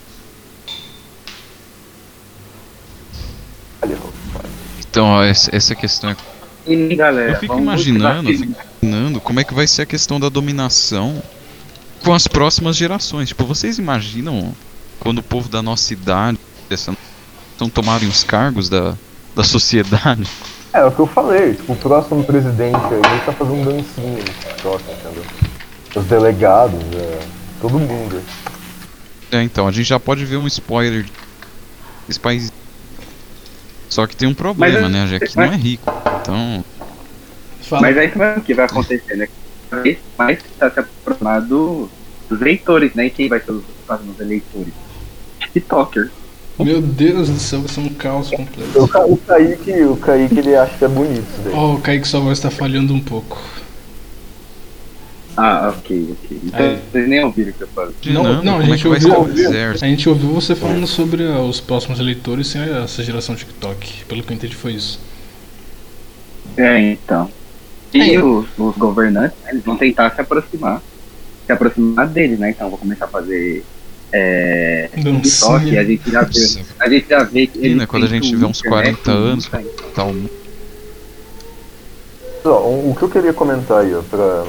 Então, ó, essa, essa questão é. E galera, Eu fico vamos imaginando, eu vacinar. fico imaginando como é que vai ser a questão da dominação com as próximas gerações. Tipo, vocês imaginam quando o povo da nossa idade dessa estão tomarem os cargos da, da sociedade? É, é o que eu falei, tipo, o próximo presidente aí tá fazendo dancinha no TikTok, entendeu? Os delegados, é, todo mundo. É, então, a gente já pode ver um spoiler desse país. Só que tem um problema, Mas, né? Já que mas- não é rico. Então, Fala. Mas aí também o que vai acontecer, né? Cada vez mais está se aproximando dos leitores, né? E quem vai ser os próximos eleitores? TikToker. Meu Deus do céu, vai ser um caos O, completo. Ca- o Kaique, o Kaique, ele acha que é bonito isso daí. Ó, oh, o Kaique sua voz tá falhando um pouco. Ah, ok, ok. Então Aí. vocês nem ouviram o que eu falei. Não, imaginando não, a como é gente que vai ser ouviu- o exército. A gente ouviu você falando sobre ah, os próximos eleitores sem essa geração TikTok. Pelo que eu entendi foi isso. É, então. E É. os, os governantes, né, eles vão tentar se aproximar. Se aproximar deles, né? Então vou começar a fazer é, TikTok e a Dancinha. gente já vê. Nossa, A gente já vê que E, eles né, quando a têm gente tiver uns Twitter, quarenta né, anos, tudo, né? tá um... Ó, o, o que eu queria comentar aí, ó, pra.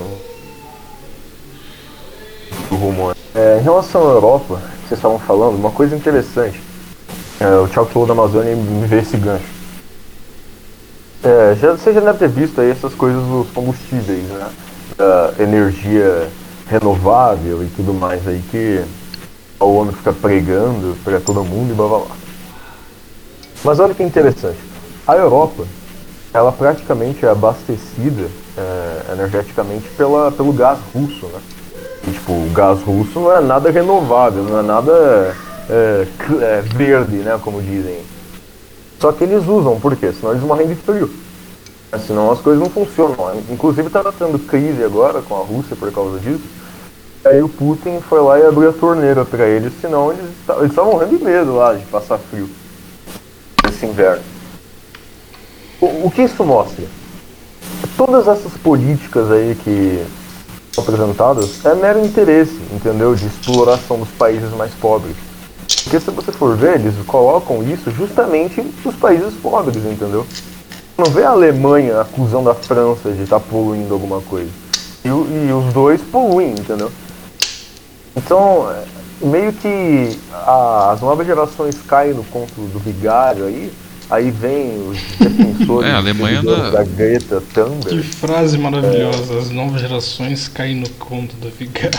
O rumor. É, em relação à Europa, que vocês estavam falando, uma coisa interessante. É, o Thiago falou da Amazônia e me veio esse gancho. É, já, você já deve ter visto aí essas coisas dos combustíveis, né? Da energia renovável e tudo mais aí que a ONU fica pregando pra todo mundo e blá blá blá. Mas olha que interessante. A Europa, ela praticamente é abastecida é, energeticamente pela, pelo gás russo, né? E, tipo, o gás russo não é nada renovável, não é nada é, cl- é, verde, né, como dizem. Só que eles usam, por quê? Senão eles morrem de frio. É, senão as coisas não funcionam. Inclusive tá tendo crise agora com a Rússia por causa disso. Aí o Putin foi lá e abriu a torneira pra eles, senão eles ta- eles estavam morrendo de medo lá de passar frio nesse inverno. O, o que isso mostra? Todas essas políticas aí que são apresentadas é mero interesse, entendeu? De exploração dos países mais pobres. Porque se você for ver, eles colocam isso justamente nos países pobres, entendeu? Não vê a Alemanha acusando a França de estar poluindo alguma coisa. E, o- e os dois poluem, entendeu? Então, é, meio que a- as novas gerações caem no conto do vigário aí, aí vem os defensores É, a Alemanha seguidores da- da Greta Que Thunberg. frase maravilhosa. As novas gerações caem no conto do vigário.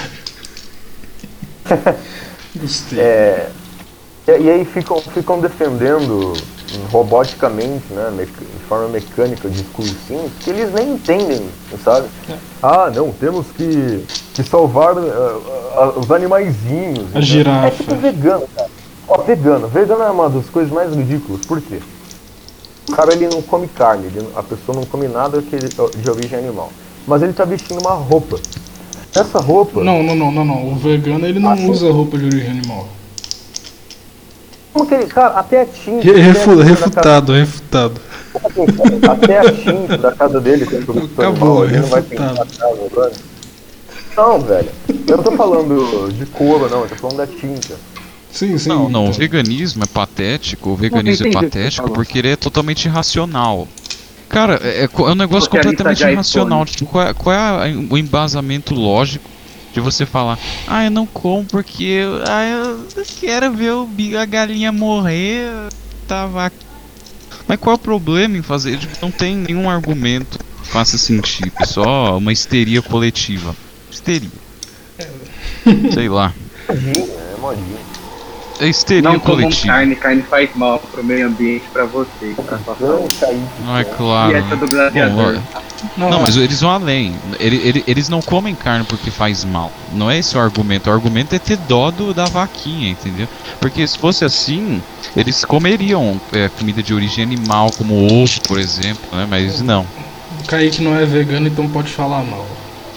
Gostei. É, e, e aí ficam, ficam defendendo hum, roboticamente, né, meca- de forma mecânica, discursinhos que eles nem entendem, sabe? É. Ah, não, temos que, que salvar ah, ah, os animaizinhos. A né? girafa. É tipo vegano, cara. Ó, vegano. Vegano é uma das coisas mais ridículas. Por quê? O cara, ele não come carne, ele não- a pessoa não come nada que ele- de origem animal. Mas ele tá vestindo uma roupa. Essa roupa... Não, não, não, não, não. O vegano ele não Assim? usa roupa de origem animal. Como que ele... Cara, até a tinta... Re- refu- até a tinta da refutado, refutado. casa- Até a tinta da casa dele tem produto Acabou, animal. Ele não vai refutado. pintar a casa agora. Não, velho. Eu não tô falando de couro, não. Eu tô falando da tinta. Sim, sim. Não, não, o então. veganismo é patético, o veganismo é entendi o que você patético falou. porque ele é totalmente irracional. Cara, é, é co- é um negócio Porque a lista completamente de irracional. Tipo, qual é, qual é a- o embasamento lógico de você falar, ah, eu não como porque eu, ah, eu quero ver o bi- a galinha morrer, tava aqui. Mas qual é o problema em fazer? Tipo, não tem nenhum argumento que faça sentido, é só uma histeria coletiva. Histeria. Sei lá. Modinha, é modinha. é histeria Não comam coletiva. carne, carne faz mal pro meio ambiente, pra você. Pra sua Não, saúde. Kaique. Não é E claro. essa do Bom, gladiador. Não, Não, mas eles vão além. Ele- ele- Eles não comem carne porque faz mal. Não é esse o argumento. O argumento é ter dó do- da vaquinha, entendeu? Porque se fosse assim, eles comeriam é, comida de origem animal, como ovo, por exemplo, né? Mas não. o Kaique não é vegano, então pode falar mal.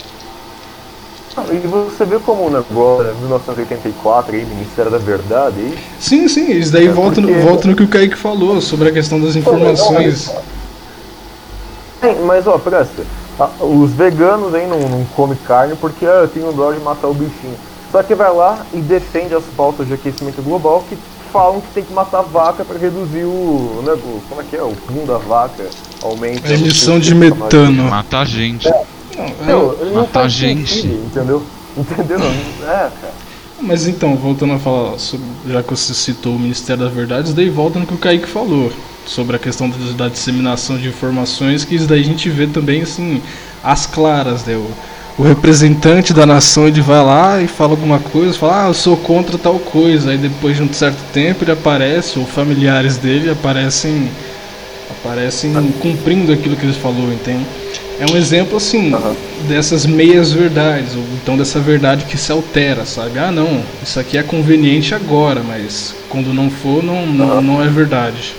E você vê como o negócio, mil novecentos e oitenta e quatro, aí, Ministério da Verdade, aí, Sim, sim, isso daí É volta, no, porque- volta no que o Kaique falou sobre a questão das informações. Sim, mas ó, presta. Ah, os veganos aí não, não comem carne porque ah, eu tenho dó de matar o bichinho. Só que vai lá e defende as pautas de aquecimento global que falam que tem que matar vaca para reduzir o, né, o. Como é que é? O pum da vaca aumenta. A emissão o- de metano. Mata a gente. Não, ele não Matar faz gente. sentido, entendeu? Entendeu? É, cara. Mas então, voltando a falar, sobre, já que você citou o Ministério da Verdade, isso daí volta no que o Kaique falou, sobre a questão da, da disseminação de informações, que isso daí a gente vê também, assim, às claras, né? O, o representante da nação, ele vai lá e fala alguma coisa, fala, ah, eu sou contra tal coisa, aí depois de um certo tempo ele aparece, ou familiares dele aparecem, aparecem cumprindo aquilo que ele falou, entende? É um exemplo, assim, Aham. dessas meias verdades, ou então dessa verdade que se altera, sabe? Ah, não, isso aqui é conveniente agora, mas quando não for, não, não, Aham. não é verdade.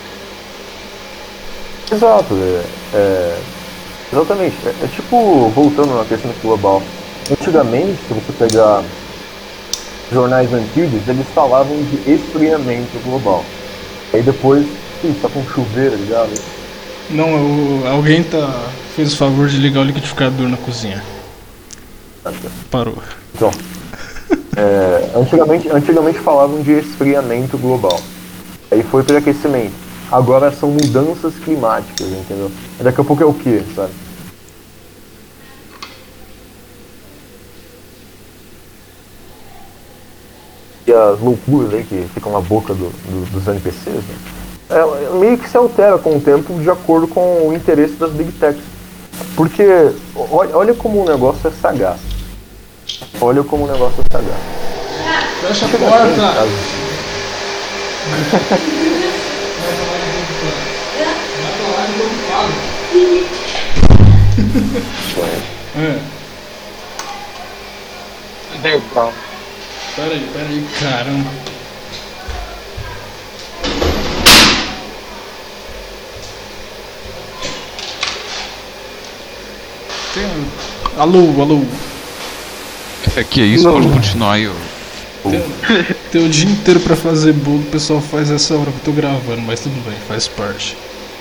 Exato, é, é, exatamente. É, é tipo, voltando na questão global. Antigamente, se você pegar jornais antigos, eles falavam de esfriamento global. Aí depois, ih, tá com chuveiro ligado? Não, o- alguém tá fez o favor de ligar o liquidificador na cozinha. Parou. Então, é, antigamente, antigamente falavam de esfriamento global. Aí foi para aquecimento. Agora são mudanças climáticas, entendeu? Daqui a pouco é o quê, sabe? E as loucuras aí que ficam na boca do- do- dos N P Cs, né? É, meio que se altera com o tempo de acordo com o interesse das Big Techs. Porque olha, olha como o negócio é sagaz. Olha como o negócio é sagaz. Fecha a As- É. Legal. Peraí, peraí, caramba. Tem... Alô, alô. É que é isso, pode continuar aí. ó. Tem, tem o dia inteiro pra fazer bolo, o pessoal faz essa hora que eu tô gravando, mas tudo bem, faz parte.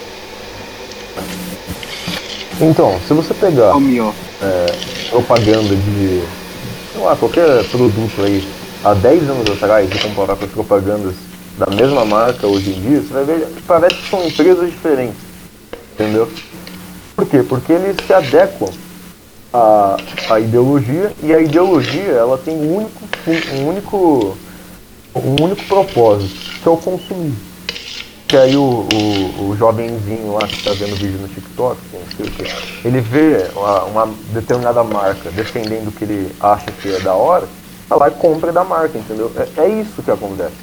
Então, se você pegar Come off. propaganda de, sei lá, qualquer produto aí há dez anos atrás e comparar com as propagandas da mesma marca hoje em dia, você vai ver que parece que são empresas diferentes, entendeu? Por quê? Porque eles se adequam à, à ideologia, e a ideologia ela tem um único, um único, um único propósito, que é o consumismo. Que aí o, o, o jovenzinho lá que está vendo vídeo no TikTok, não sei o quê, ele vê uma, uma determinada marca defendendo o que ele acha que é da hora, vai lá e compra da marca, entendeu? É, é isso que acontece.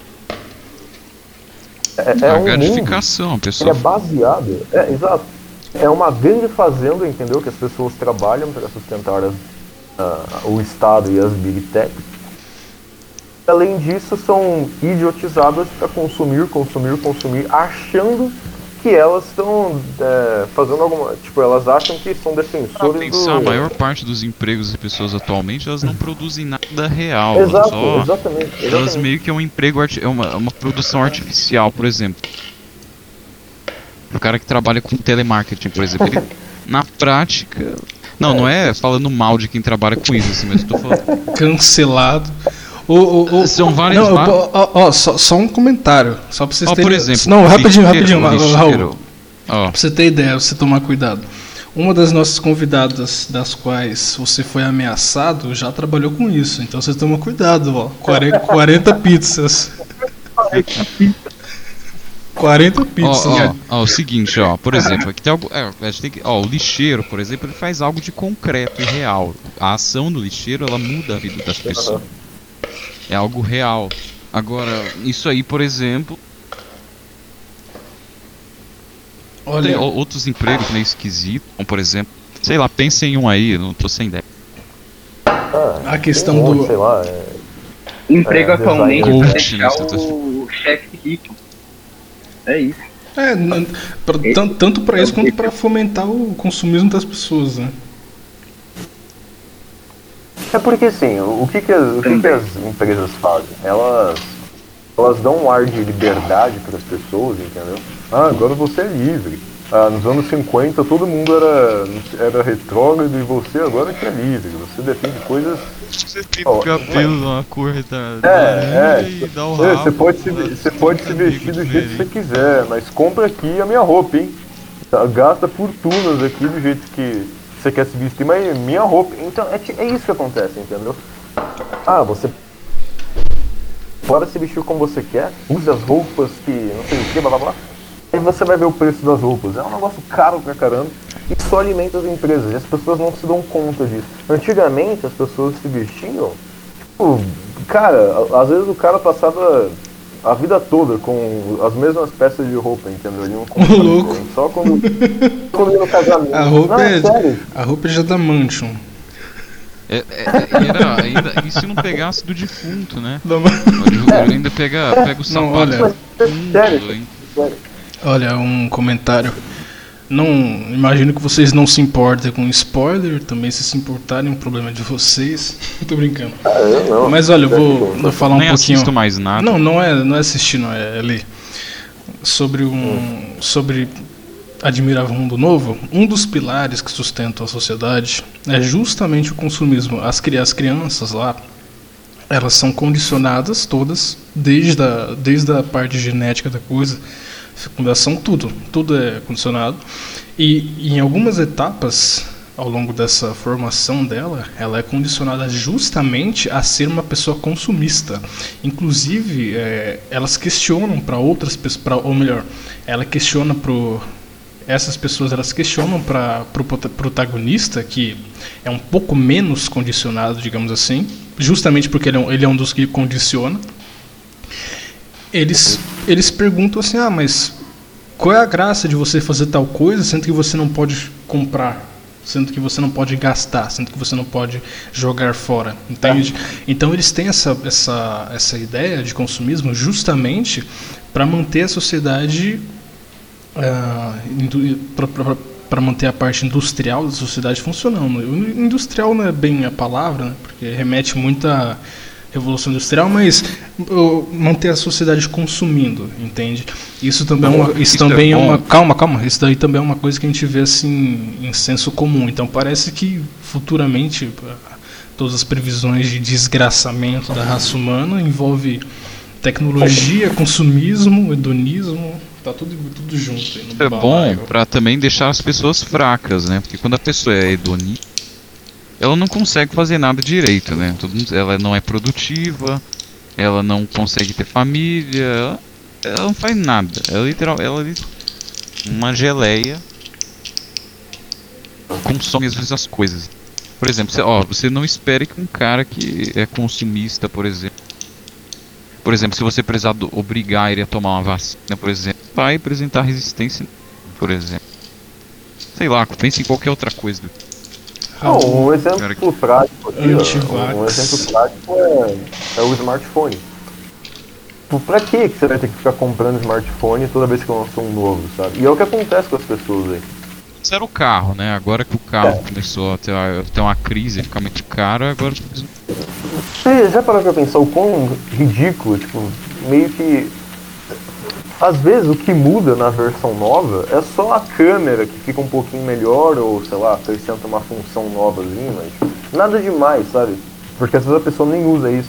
É, é A um mundo gratificação, a ele pessoa. é baseado, é, exato, é uma grande fazenda, entendeu? Que as pessoas trabalham para sustentar as, ah, o Estado e as Big Techs. Além disso, são idiotizadas para consumir, consumir, consumir, achando que elas estão é, fazendo alguma... Tipo, elas acham que são Pra defensores pensar, do... a maior parte dos empregos das pessoas atualmente, elas não produzem nada real. Exato, só, exatamente, Elas exatamente. meio que é um emprego, arti- é uma, uma produção artificial, por exemplo. O cara que trabalha com telemarketing, por exemplo, ele, na prática... Não, não é falando mal de quem trabalha com isso, assim, mas eu tô falando... Cancelado. Ô, ô, ô, São várias Não, mar- ó, ó, ó, só, só um comentário. Só pra vocês Ó, terem. por exemplo, Não, o rapidinho, lixeiro- rapidinho, o Raul. lixeiro- Ó, Pra você ter ideia, pra você tomar cuidado. Uma das nossas convidadas, das quais você foi ameaçado, já trabalhou com isso. Então você toma cuidado, ó. quarenta, quarenta pizzas. quarenta Ó, pizzas. ó, ó, o seguinte, ó, por exemplo, aqui tem algo, é, a gente tem que, ó, o lixeiro, por exemplo, ele faz algo de concreto e real. A ação do lixeiro, ela muda a vida das pessoas. É algo real. Agora, isso aí, por exemplo, tem Olha, o- outros empregos meio esquisitos, como por exemplo, sei lá, pensem em um aí, eu não tô sem ideia. Ah, a questão tem um monte, do. sei lá, é, Emprego É, atualmente design. pra Coach, né, deixar você tá- o chefe rico. É isso. É, n- pra- Esse- tan- tanto para é isso o quanto que- para fomentar o consumismo das pessoas, né? É porque assim, o o que, que, as, o que, que as empresas fazem? Elas, elas dão um ar de liberdade para as pessoas, entendeu? Ah, agora você é livre. Ah, nos anos cinquenta todo mundo era, era retrógrado e você agora que é livre. Você defende coisas. Você tem Ó, o cabelo na cor da É, é. e dá o É, rabo. Você pode se, dá você cinco pode se amigos vestir do jeito que você diferentes. quiser, mas compra aqui a minha roupa, hein? Tá, gasta fortunas aqui do jeito que você quer se vestir, mas minha roupa. Então é, ti- é isso que acontece, entendeu? Ah, você pode se vestir como você quer, use as roupas que não sei o que, blá blá blá. Aí você vai ver o preço das roupas. É um negócio caro pra caramba e só alimenta as empresas. E as pessoas não se dão conta disso. Antigamente as pessoas se vestiam, tipo, cara, a- às vezes o cara passava a vida toda com as mesmas peças de roupa, entendeu? Ele não comprava louco. diferente. Só quando, quando ia no casamento. A roupa não, é, sério. a roupa é já da Mansion. É, é, é, e era, ainda, e se não pegasse do defunto, né? Da Ma- Ele ainda pega, pega o sapato olha. do Mas, defunto, sério, hein? sério. Olha, um comentário. Não, imagino que vocês não se importem com spoiler, também se se importarem, é um problema de vocês. Tô brincando. Ah, eu não. Mas olha, eu vou, vou falar um Nem pouquinho. assisto mais nada. Não, não é, não é assistir, não é, é ler. Sobre um, sobre Admirável Mundo Novo. Um dos pilares que sustentam a sociedade é justamente o consumismo. As, cri- as crianças lá, elas são condicionadas todas, desde a, desde a parte genética da coisa, fecundação, tudo, tudo é condicionado. E em algumas etapas, ao longo dessa formação dela, ela é condicionada justamente a ser uma pessoa consumista. Inclusive, é, elas questionam para outras pessoas, pra, ou melhor, ela questiona pro essas pessoas elas questionam para o pro protagonista, que é um pouco menos condicionado, digamos assim, justamente porque ele é um, ele é um dos que condiciona. Eles, eles perguntam assim: ah, mas qual é a graça de você fazer tal coisa sendo que você não pode comprar, sendo que você não pode gastar, sendo que você não pode jogar fora, entende? Então eles têm essa, essa, essa ideia de consumismo justamente para manter a sociedade, uh, para manter a parte industrial da sociedade funcionando. O industrial não é bem a palavra, né, porque remete muito à Revolução Industrial, mas uh, manter a sociedade consumindo, entende? Isso também é uma, isso Isso também é é, bom. uma, calma, calma, isso daí também é uma coisa que a gente vê assim em senso comum. Então parece que futuramente uh, todas as previsões de desgraçamento da raça humana envolve tecnologia, consumismo, hedonismo, tá tudo, tudo junto aí no É bom balaio. pra também deixar as pessoas fracas, né? Porque quando a pessoa é hedonista, ela não consegue fazer nada direito, né? Todo mundo- Ela não é produtiva, ela não consegue ter família, ela, ela não faz nada. Ela literal, ela é lit- uma geleia, consome às vezes as coisas. Por exemplo, você, ó, você não espere que um cara que é consumista, por exemplo, por exemplo, se você precisar do- obrigar ele a tomar uma vacina, por exemplo, vai apresentar resistência, por exemplo. Sei lá, pense em qualquer outra coisa. Não, um exemplo Cara, que- prático aqui, ó, Antivax. um exemplo prático é, é o smartphone. Tipo, pra que que você vai ter que ficar comprando smartphone toda vez que lança um novo, sabe? E é o que acontece com as pessoas aí. Isso era o carro, né? Agora que o carro começou a ter, a ter uma crise, ficar muito caro, agora Você já parou pra pensar o quão ridículo, tipo, meio que... Às vezes o que muda na versão nova é só a câmera que fica um pouquinho melhor, ou sei lá, acrescenta uma função novazinha, mas nada demais, sabe? Porque às vezes a pessoa nem usa isso.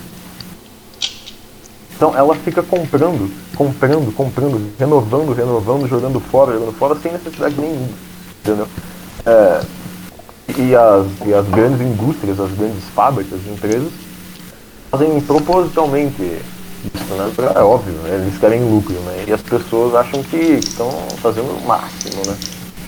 Então ela fica comprando, comprando, comprando, renovando, renovando, jogando fora, jogando fora, sem necessidade nenhuma, entendeu? É, e, as, e as grandes indústrias, as grandes fábricas, as empresas, fazem propositalmente isso, né? É óbvio, né? Eles querem lucro, né? E as pessoas acham que estão fazendo o máximo, né?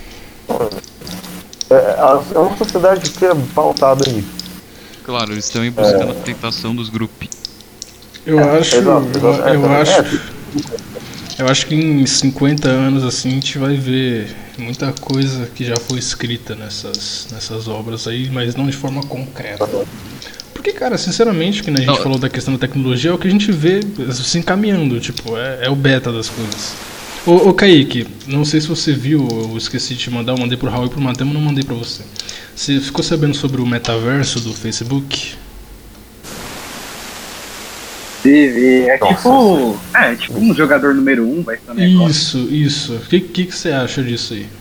É, é uma sociedade que é pautada nisso. claro, eles estão aí buscando a tentação dos grupinhos. Eu acho. Exato, exato. Eu, eu É, acho. é, Eu acho que em cinquenta anos assim a gente vai ver muita coisa que já foi escrita nessas, nessas obras aí, mas não de forma concreta. Porque, cara, sinceramente, que né, a gente Não. falou da questão da tecnologia, é o que a gente vê se encaminhando, tipo, é, é o beta das coisas. Ô, ô Kaique, não sei se você viu, eu esqueci de te mandar, eu mandei pro Raul e pro Matheus, mas não mandei pra você. Você ficou sabendo sobre o metaverso do Facebook? Teve. É Nossa. tipo. É, tipo um jogador número um, vai ser um negócio. Isso, isso. O que, que, que você acha disso aí?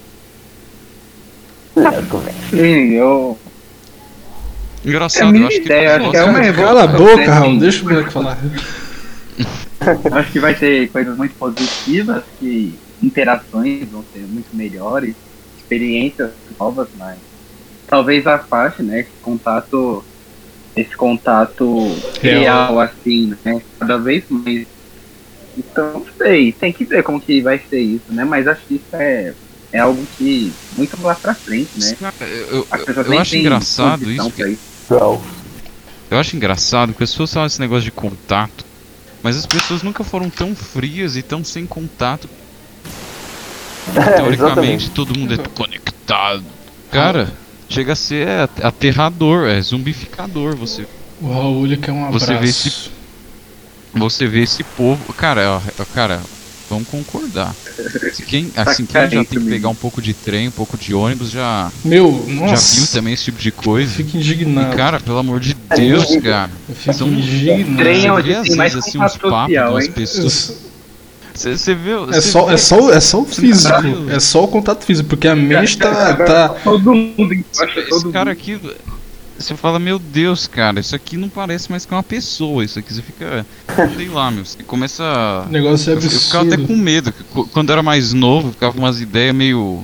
Sim, eu. É a Engraçado, minha eu acho que. ideia, acho que é Nossa, uma evolução. Cala a boca, né, Raul, assim. deixa o moleque falar. Acho que vai ter coisas muito positivas, que interações vão ser muito melhores, experiências novas, mas talvez afaste, né, esse contato, esse contato Real. real, assim, né, cada vez mais. Então, não sei, tem que ver como que vai ser isso, né, mas acho que isso é, é algo que muito lá pra frente, né. Cara, eu, As eu, pessoas eu nem acho têm engraçado condição isso. pra isso. legal. Eu acho engraçado que as pessoas falam esse negócio de contato, mas as pessoas nunca foram tão frias e tão sem contato. É, Teoricamente, exatamente. todo mundo é conectado. Cara, chega a ser aterrador, é zumbificador. Você, O Raul ele quer um abraço. Você vê esse- você vê esse povo. Cara, ó, cara, vamos concordar. Se Quem, assim, quem já tem que pegar um pouco de trem, um pouco de ônibus, já, Meu, já nossa. viu também esse tipo de Eu coisa. fico E, indignado. cara, pelo amor de Deus, cara. eu fico são- indignado. Trem é Você onde vê tem às mais vezes assim contato uns papos de social, umas hein? pessoas. Você, você vê. É você só, vê- é, só, é só o físico. É só o contato físico, porque a mente tá. tá Todo mundo encaixa, Esse todo cara mundo. aqui, você fala, meu Deus, cara, isso aqui não parece mais que uma pessoa. Isso aqui você fica, sei lá, meu, você começa. o negócio é Eu, eu ficava até absurdo. com medo. que qu- Quando eu era mais novo, ficava com umas ideias meio.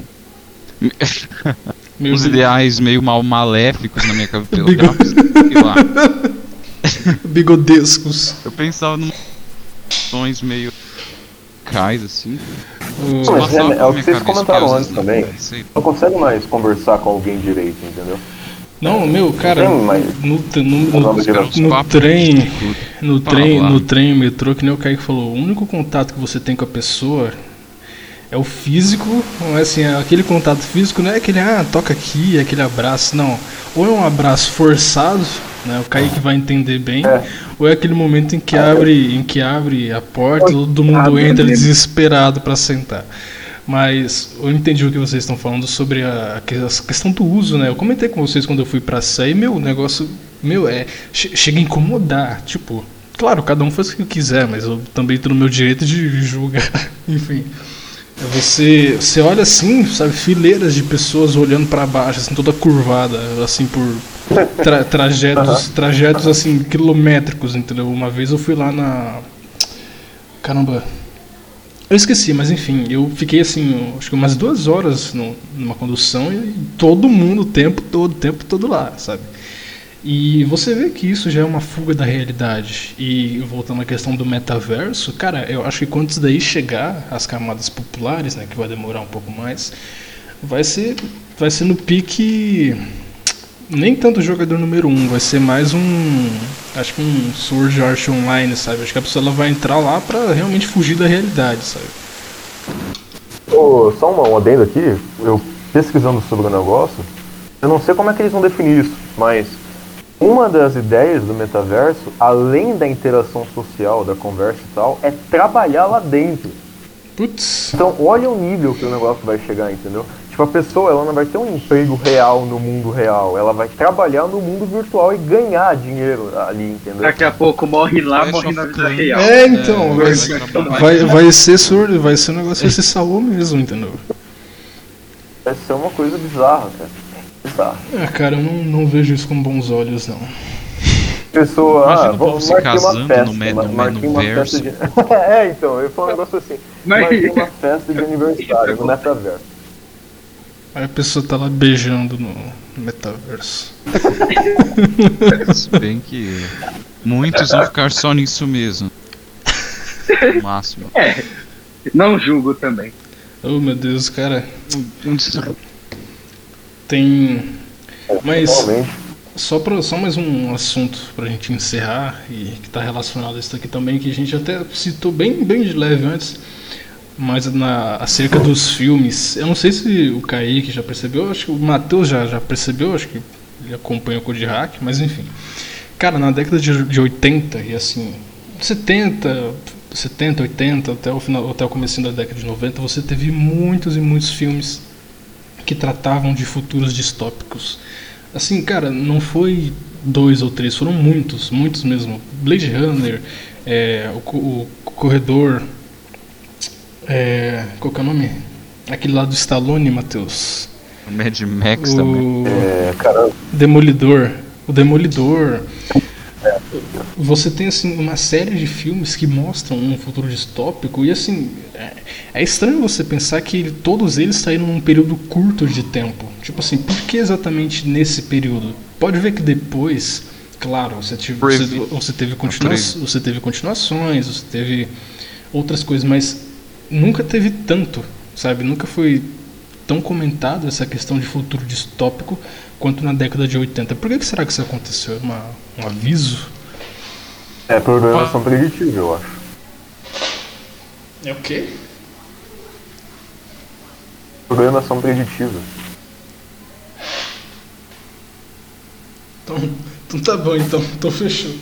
Meu uns Deus. ideais meio mal maléficos na minha cabeça. Eu, Bigo- olhava, sei lá, Bigodescos. eu pensava em ações meio. cais assim. O- Só Mas passava é- é pela o que minha vocês cabeça, comentaram porque às antes vezes também. não- sei lá. Não consegue mais conversar com alguém direito, entendeu? Não, meu, cara, Tem, mas- no, no, no, Não, mas no, uns no papos trem, de- no Fala trem, lá. no trem, metrô, que nem o Kaique falou, o único contato que você tem com a pessoa é o físico, não é assim, é aquele contato físico não é aquele, ah, toca aqui, é aquele abraço, não. Ou é um abraço forçado, né, o Kaique vai entender bem, É. ou é aquele momento em que abre, em que abre a porta, todo mundo Forçado entra mesmo. desesperado pra sentar. Mas eu entendi o que vocês estão falando sobre a, que- a questão do uso, né? Eu comentei com vocês quando eu fui pra Sé e, meu, o negócio, meu, é, che- chega a incomodar, tipo, claro, cada um faz o que quiser, mas eu também tô no meu direito de julgar, enfim. É Você, você olha assim, sabe, fileiras de pessoas olhando pra baixo, assim, toda curvada, assim, por tra- trajetos, trajetos, assim, quilométricos, entendeu? Uma vez eu fui lá na... Caramba... Eu esqueci, mas enfim, eu fiquei assim, acho que umas duas horas no, numa condução e todo mundo o tempo todo, o tempo todo lá, sabe? E você vê que isso já é uma fuga da realidade. E voltando à questão do metaverso, cara, eu acho que quando isso daí chegar às camadas populares, né, que vai demorar um pouco mais, vai ser, vai ser no pique nem tanto jogador número um, vai ser mais um, acho que um Sword Art Online, sabe? Acho que a pessoa ela vai entrar lá pra realmente fugir da realidade, sabe? Ô, só uma, um adendo aqui, eu pesquisando sobre o negócio, eu não sei como é que eles vão definir isso, mas uma das ideias do metaverso, além da interação social, da conversa e tal, é trabalhar lá dentro. Putz, Então, olha o nível que o negócio vai chegar, entendeu? Tipo, a pessoa, ela não vai ter um emprego real no mundo real, ela vai trabalhar no mundo virtual e ganhar dinheiro ali, entendeu? Daqui a pouco morre lá, Clash morre of na vida Clans. real. é então, É, vai, vai ser- trabalhar. vai, vai ser surdo, vai ser um negócio, vai ser Saô mesmo, entendeu? Vai ser uma coisa bizarra, cara. Bizarra. Ah, cara, eu não, não vejo isso com bons olhos, não. Pessoa, Imagina ah, o vou povo se marquei uma casando festa, no me- ma- no marquei uma metaverso. festa de... É, então, eu falo um negócio assim, Mas- marquei uma festa de aniversário no metaverso. Aí a pessoa tá lá beijando no metaverso. Se bem que muitos vão ficar só nisso mesmo. No máximo. Não julgo também. Oh meu Deus, cara, tem. Mas Realmente. Só, pra, só mais um assunto pra gente encerrar e que tá relacionado a isso aqui também, que a gente até citou bem, bem de leve antes, mas na, acerca dos filmes. Eu não sei se o Kaique já percebeu, acho que o Matheus já, já percebeu, acho que ele acompanha o Code Hack, mas enfim. Cara, na década de, de oitenta e assim, setenta, setenta, oitenta, até o, final, até o começo da década de noventa, você teve muitos e muitos filmes que tratavam de futuros distópicos. Assim, cara, não foi dois ou três, foram muitos, muitos mesmo. Blade Runner, é, o, o Corredor, é, qual que é o nome? Aquele lá do Stallone, Matheus. O Mad Max o também. É, caramba. Demolidor. O Demolidor. Você tem assim uma série de filmes que mostram um futuro distópico e assim é, é estranho você pensar que todos eles saíram num período curto de tempo. Tipo assim, por que exatamente nesse período? Pode ver que depois, claro, você teve, você, você teve, continua, você teve continuações, você teve outras coisas, mas nunca teve tanto, sabe? Nunca foi tão comentado essa questão de futuro distópico quanto na década de oitenta. Por que, que será que isso aconteceu? Uma, um aviso? É programação ah. preditiva, eu acho. É o quê? Programação preditiva. Então, então tá bom, então, então fechou.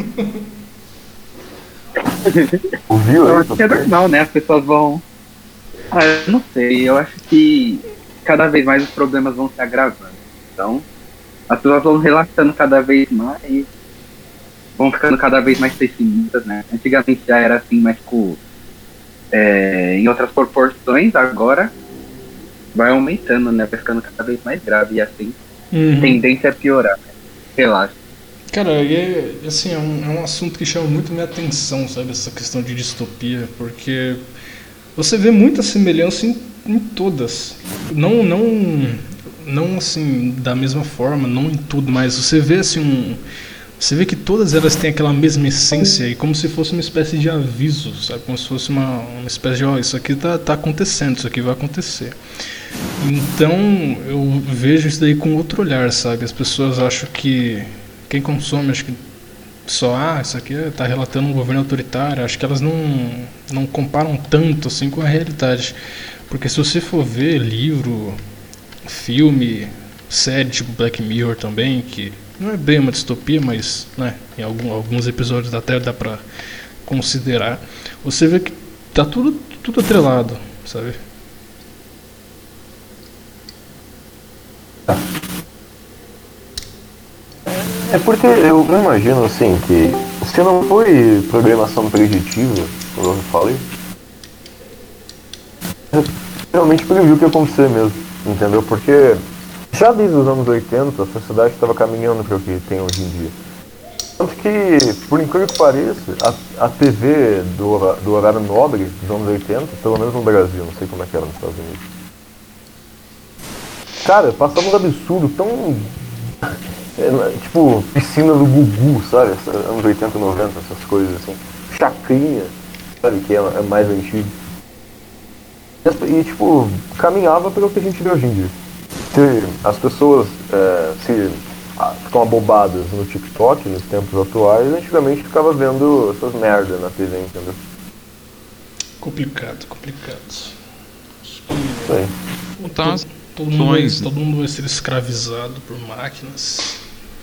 Ouviu? Eu acho que é normal, né? As pessoas vão... Ah, eu não sei, eu acho que cada vez mais os problemas vão se agravando. Então, as pessoas vão relaxando cada vez mais, vão ficando cada vez mais pessimistas, né? Antigamente já era assim, mas com, é, em outras proporções, agora vai aumentando, né? Vai ficando cada vez mais grave e assim, uhum. A tendência é piorar, né? Relaxa. Cara, é, assim, é um, é um assunto que chama muito minha atenção, sabe? Essa questão de distopia, porque você vê muita semelhança em, em todas. Não, não, não assim, da mesma forma, não em tudo, mas você vê assim um... Você vê que todas elas têm aquela mesma essência e como se fosse uma espécie de aviso, sabe? Como se fosse uma, uma espécie de, ó, oh, isso aqui tá, tá acontecendo, isso aqui vai acontecer. Então, eu vejo isso daí com outro olhar, sabe? As pessoas acham que quem consome, acho que só, ah, isso aqui tá relatando um governo autoritário, acho que elas não, não comparam tanto assim com a realidade. Porque se você for ver livro, filme, série tipo Black Mirror também, que não é bem uma distopia, mas né, em algum, alguns episódios da Terra dá pra considerar, você vê que tá tudo, tudo atrelado, sabe? É porque eu imagino assim que se não foi programação preditiva, como eu falei, realmente previu o que ia acontecer mesmo, entendeu? Porque já desde os anos oitenta a sociedade estava caminhando para o que tem hoje em dia. Tanto que, por incrível que pareça, a, a T V do, do horário nobre dos anos oitenta, pelo menos no Brasil, não sei como é que era nos Estados Unidos, cara, passava um absurdo tão... É, tipo, piscina do Gugu, sabe? Anos oitenta, noventa, essas coisas assim. Chacrinha, sabe? Que é, é mais antigo. E, e, tipo, caminhava pelo que a gente vê hoje em dia. Se as pessoas é, se ah, ficam abobadas no TikTok, nos tempos atuais, antigamente ficava vendo essas merdas na T V, entendeu? Complicado, complicado. Isso aí. Então, todo, todo, mundo vai, todo mundo vai ser escravizado por máquinas.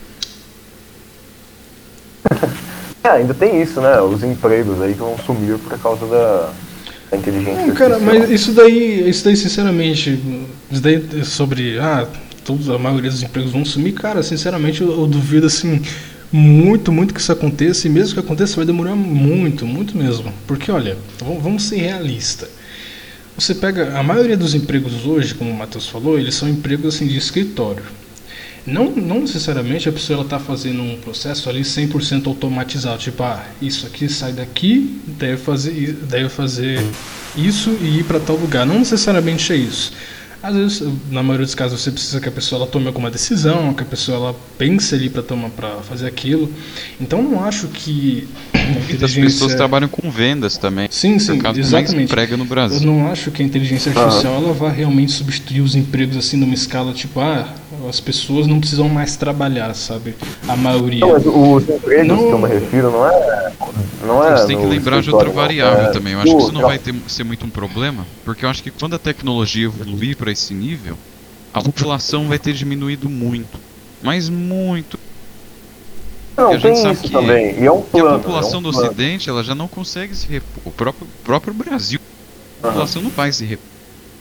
É, ainda tem isso, né? Os empregos aí que vão sumir por causa da, da inteligência não, cara, artificial. mas isso daí, isso daí, sinceramente, isso daí sobre, ah, todos, a maioria dos empregos vão sumir, cara, sinceramente, eu, eu duvido, assim, muito, muito que isso aconteça, e mesmo que aconteça, vai demorar muito, muito mesmo. Porque, olha, vamos ser realistas. Você pega, a maioria dos empregos hoje, como o Matheus falou, eles são empregos, assim, de escritório. Não, não necessariamente a pessoa está fazendo um processo ali cem por cento automatizado, tipo, ah, isso aqui sai daqui, deve fazer, deve fazer isso e ir para tal lugar. Não necessariamente é isso. Às vezes, na maioria dos casos, você precisa que a pessoa ela tome alguma decisão, que a pessoa ela pense ali para tomar, para fazer aquilo. Então, não acho que Muitas inteligência... pessoas trabalham com vendas também. Sim, sim, por causa que mais exatamente. emprega no Eu Brasil. não acho que a inteligência artificial ela vai realmente substituir os empregos assim numa escala tipo, ah, as pessoas não precisam mais trabalhar, sabe? A maioria. Não, mas os empregos Não. que eu me refiro não é. Não é Você tem que no lembrar de outra escritório, não. variável É também. Eu acho que no isso não tra- vai ter, ser muito um problema, porque eu acho que quando a tecnologia evoluir para esse nível, a população vai ter diminuído muito. Mas muito. Não, a gente tem sabe isso que- também. E é um Porque a plano. população é um do plano. Ocidente, ela já não consegue se repor. O próprio, próprio Brasil, a Aham. população não vai se repor.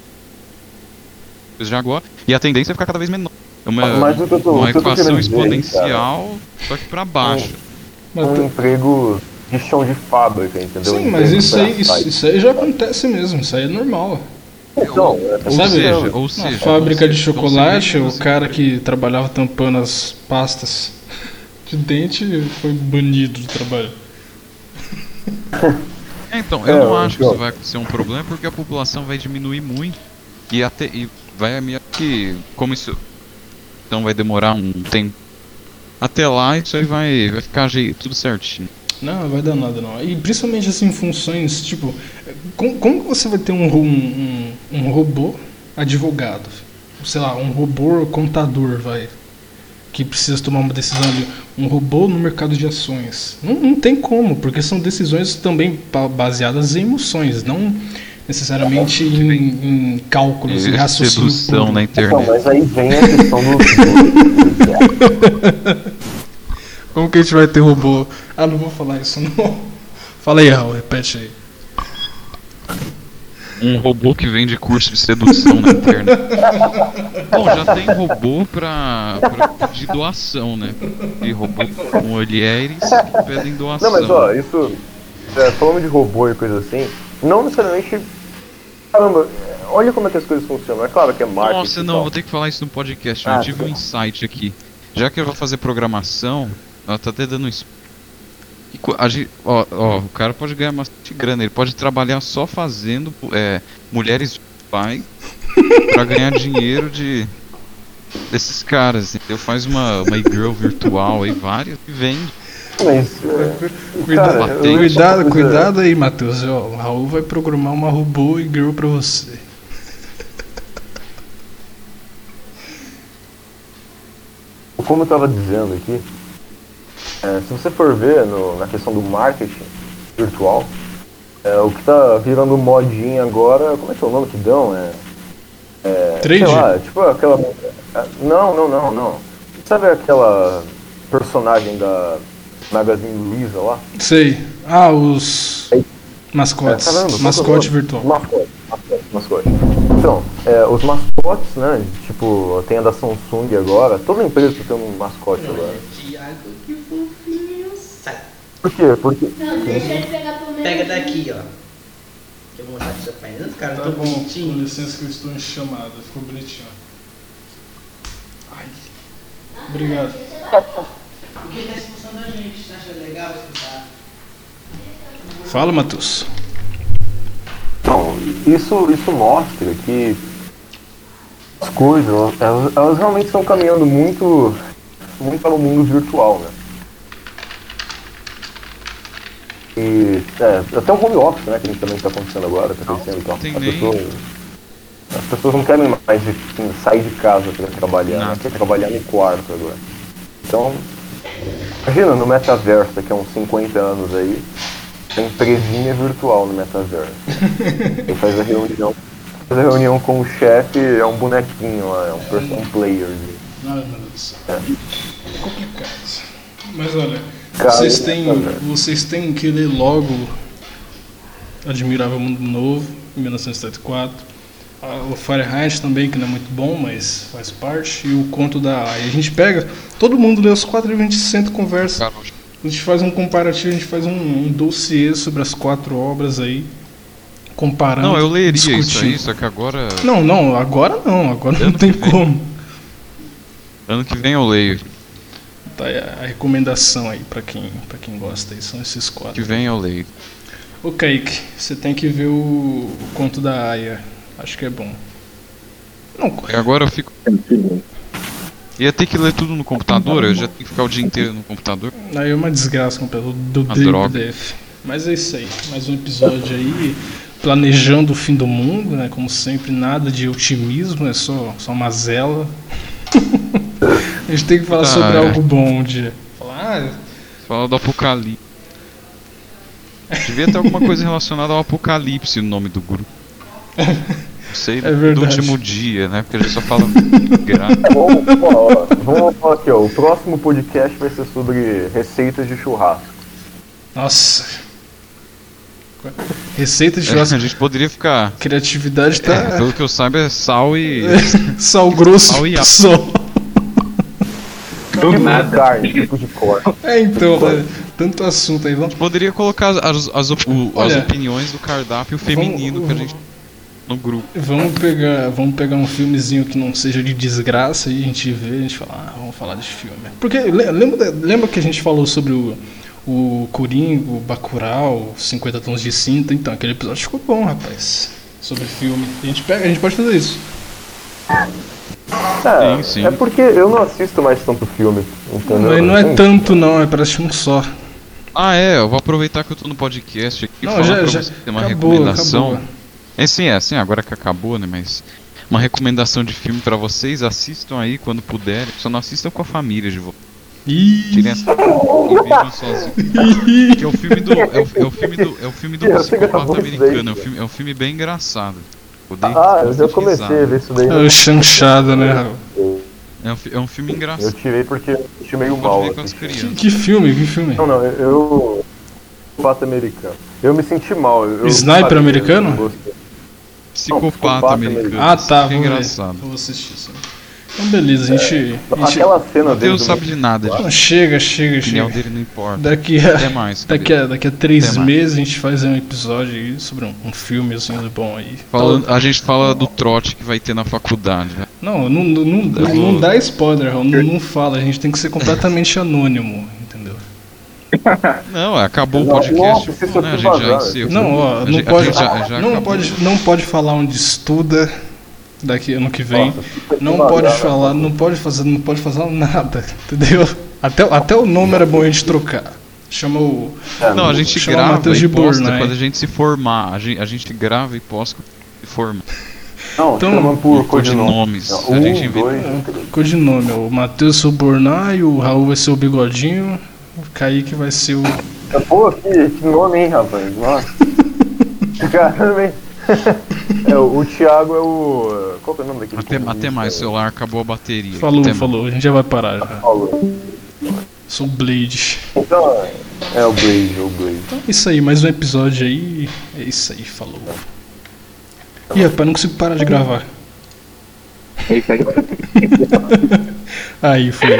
Já agora, e a tendência é ficar cada vez menor. É uma, Mas o que eu tô- uma o que eu tô equação querendo dizer, exponencial, só que para baixo. Mas Um tá- emprego de chão de fábrica, entendeu? Sim, Um mas emprego isso pra aí, isso, site. isso aí já acontece mesmo, isso aí é normal. Então, é, Ou Sabe, seja, ou Na seja, fábrica de você- chocolate, você- o cara que trabalhava tampando as pastas de dente foi banido do trabalho. É, então, eu É, não eu- acho que eu- isso vai ser um problema porque a população vai diminuir muito e até e vai a minha que como isso então vai demorar um tempo até lá isso aí vai vai ficar jei- tudo certinho. Não, vai dar nada não. E principalmente assim, funções, tipo, como, como que você vai ter um, ro- um, um, um robô advogado? Sei lá, um robô contador, vai. Que precisa tomar uma decisão ali. Um robô no mercado de ações. Não, não tem como, porque são decisões também pa- baseadas em emoções, não necessariamente em, em cálculos, em raciocínio Sedução puro. na Então, internet. mas aí vem a questão do. Como que a gente vai ter robô? Ah, não vou falar isso não. Fala aí, Raul, repete aí. Um robô que vende curso de sedução na internet. Bom, já tem robô pra, pra de doação, né? E robô com olhares que pedem doação. Não, mas ó, isso. É, falando de robô e coisa assim, não necessariamente. Caramba, olha como é que as coisas funcionam. É claro que é marketing. Nossa, e não, tal. vou ter que falar isso no podcast. Ah, Eu tive tá. um insight aqui. Já que eu vou fazer programação, ela tá até dando isso. E co- a gen- Ó, ó, o cara pode ganhar bastante grana, ele pode trabalhar só fazendo é, mulheres de pai pra ganhar dinheiro de desses caras. Entendeu? Faz uma, uma girl virtual aí, várias, e vende. Mas. É, Cuida- cara, eu ia cuidado, falar uma coisa- cuidado aí, Matheus. Ó, o Raul vai programar uma robô e girl pra você. Como eu tava dizendo aqui, é, se você for ver no- na questão do marketing virtual, é, o que tá virando modinha agora, como é que é o nome que dão? É, é, Trade? sei lá, tipo aquela. é, Não, não, não, não. Sabe aquela personagem da Magazine Luiza lá? Sei. Ah, os mascotes. É, caramba, qual que é o Mascote nome? virtual. Mascote, mascote, mascote. Então, é, os mascotes, né? Tipo, tem a da Samsung agora, toda empresa tá tendo um mascote agora. Tiago, que fofinho. Sai. Por quê? Porque. Não, deixa ele pegar pelo menos. Pega daqui, ó. Que eu vou mostrar pro seu pai. Não, cara, Tá tão bom, com bonitinho. licença que eu estou em chamada. Ficou bonitinho. Ai. Obrigado. Porque tá expulsando a gente. Você acha legal escutar? Fala, Matheus. Então, isso, isso mostra que as coisas, elas, elas realmente estão caminhando muito, muito para o mundo virtual, né? E é, até o home office, né, que a gente também está acontecendo agora, está crescendo e tal. tem As nem- pessoas, as pessoas não querem mais assim, sair de casa para trabalhar, né? Nada. Querem trabalhar no quarto agora. Então, imagina no metaverso, daqui a uns cinquenta anos aí, tem empresinha virtual no metaverso. Quem faz a reunião, faz a reunião com o chefe é um bonequinho lá, é um person player. Ai, meu Deus do céu. É complicado. Mas olha, Cara, vocês é têm, verdade. vocês têm que ler logo Admirável Mundo Novo, em mil novecentos e setenta e quatro. Ah, o Fahrenheit também, que não é muito bom, mas faz parte. E o Conto da Aia. A gente pega, todo mundo lê os quatro livros, a gente senta e conversa. Cara, A gente faz um comparativo, a gente faz um, um dossiê sobre as quatro obras aí, comparando. não, eu leria discutindo. isso aí, só que agora. Não, não, agora não, agora não Ano tem que vem. como. Ano que vem eu leio. Tá aí a a recomendação aí pra quem, pra quem gosta aí, são esses Ano que quatro. vem eu leio. Ô Kaique, você tem que ver o, o Conto da Aya, acho que é bom. Não, E agora eu fico. Ia ter que ler tudo no computador, eu já tenho que ficar o dia inteiro no computador. Aí é uma desgraça completo do Uma P droga. D F. Mas é isso aí. Mais um episódio aí. Planejando o fim do mundo, né? Como sempre, nada de otimismo, é só, só mazela. A gente tem que falar Ah, sobre é. algo bom um dia. Falar, ah, Fala do apocalipse. Devia ter alguma coisa relacionada ao apocalipse no nome do grupo. Não sei, É do verdade. último dia, né? Porque a gente só fala graça. Vamos, ó, ó, vamos falar aqui, ó. O próximo podcast vai ser sobre receitas de churrasco. nossa. Receita de A churrasco. gente poderia ficar. Criatividade É, tá. pelo que eu saiba é sal e. Sal grosso Sal e álcool. só. Do Tipo de nada. carne, tipo de corte. É então, né? Tanto assunto aí. Vamos. Poderia colocar as, as, as op- o- as Olha, opiniões do cardápio feminino que a gente. No grupo. Vamos pegar, vamos pegar um filmezinho que não seja de desgraça e a gente vê, a gente fala, ah, vamos falar de filme. Porque le- lembra, da- lembra que a gente falou sobre o, o Coringa, o Bacurau, cinquenta tons de cinta? Então, aquele episódio ficou bom, rapaz. Sobre filme. A gente pega, a gente pode fazer isso. É, Sim, sim. é porque eu não assisto mais tanto filme, entendeu? Mas não é Sim. tanto não, é pra assistir um só. Ah, é, eu vou aproveitar que eu tô no podcast aqui e Não, falar já, pra já você ter uma acabou, recomendação. acabou. É sim, é assim, agora que acabou, né? Mas uma recomendação de filme pra vocês, assistam aí quando puderem. Só não assistam com a família de vocês. Ih, Tirem essa e vejam sozinhos. Que é o filme do. É o, é o filme do. É o filme do Eu sei que psicopata acabou isso americano. daí. É um filme, é um filme bem engraçado. Eu dei Ah, eu já bastante comecei a risada. ver isso daí. é o chanchada, né, Raul? É um, fi- é um filme Eu engraçado. tirei porque eu assisti meio Pode mal. ver com as assim. Que, crianças. que filme, que filme? Não, não, eu. eu Psicopata americano. Eu me senti mal. Eu, Sniper sabe, americano? eu não gostei. Psicopata psicopata americano. Ah, tá, Isso é vamos ver. engraçado. Vou assistir isso. Então, beleza, a gente. A gente... Aquela cena dele. Deus do- sabe de nada. De Não, chega, chega, a opinião chega. dele não importa. Daqui Até a, mais. daqui a, daqui a três Até mais. meses a gente faz um episódio aí sobre um, um filme assim bom aí. Falando, a gente fala do trote que vai ter na faculdade. Né? Não, não, não, não, não dá spoiler, Raul, não, não fala, a gente tem que ser completamente anônimo, entendeu? Não, acabou o Não, podcast. nossa, pô, isso né? é A gente já vazar. encerrou. Não, ó, A não gente- a pode, gente já- já não acabou. pode, não pode falar onde estuda daqui ano que vem. Nossa, super Não vazar, pode né? falar, não pode fazer, não pode fazer nada, entendeu? Até, até o nome era bom a gente trocar. Chama o Não, a gente Chama grava Matheus e de posta Bornai. quando a gente se formar. A gente, a gente grava e posta quando se formar. Não, Então, chama por codinomes. codinome. A gente Um, inventa- dois, três. codinome, o Matheus Sobornai, o Raul vai ser o Bigodinho, o Kaique vai ser o. Pô, que, que nome, hein, rapaz? Nossa. Caramba, hein? É, o, o Thiago é o. Qual que é o nome daquele? Até, comunista? até mais, o celular acabou a bateria. Falou, Até falou, a gente já vai parar já. Falou. Sou o Blade. Então, é o Blade, é o Blade. Então é isso aí, mais um episódio aí. É isso aí, falou. Ih, rapaz, não consigo parar de gravar. É isso aí. Aí, foi.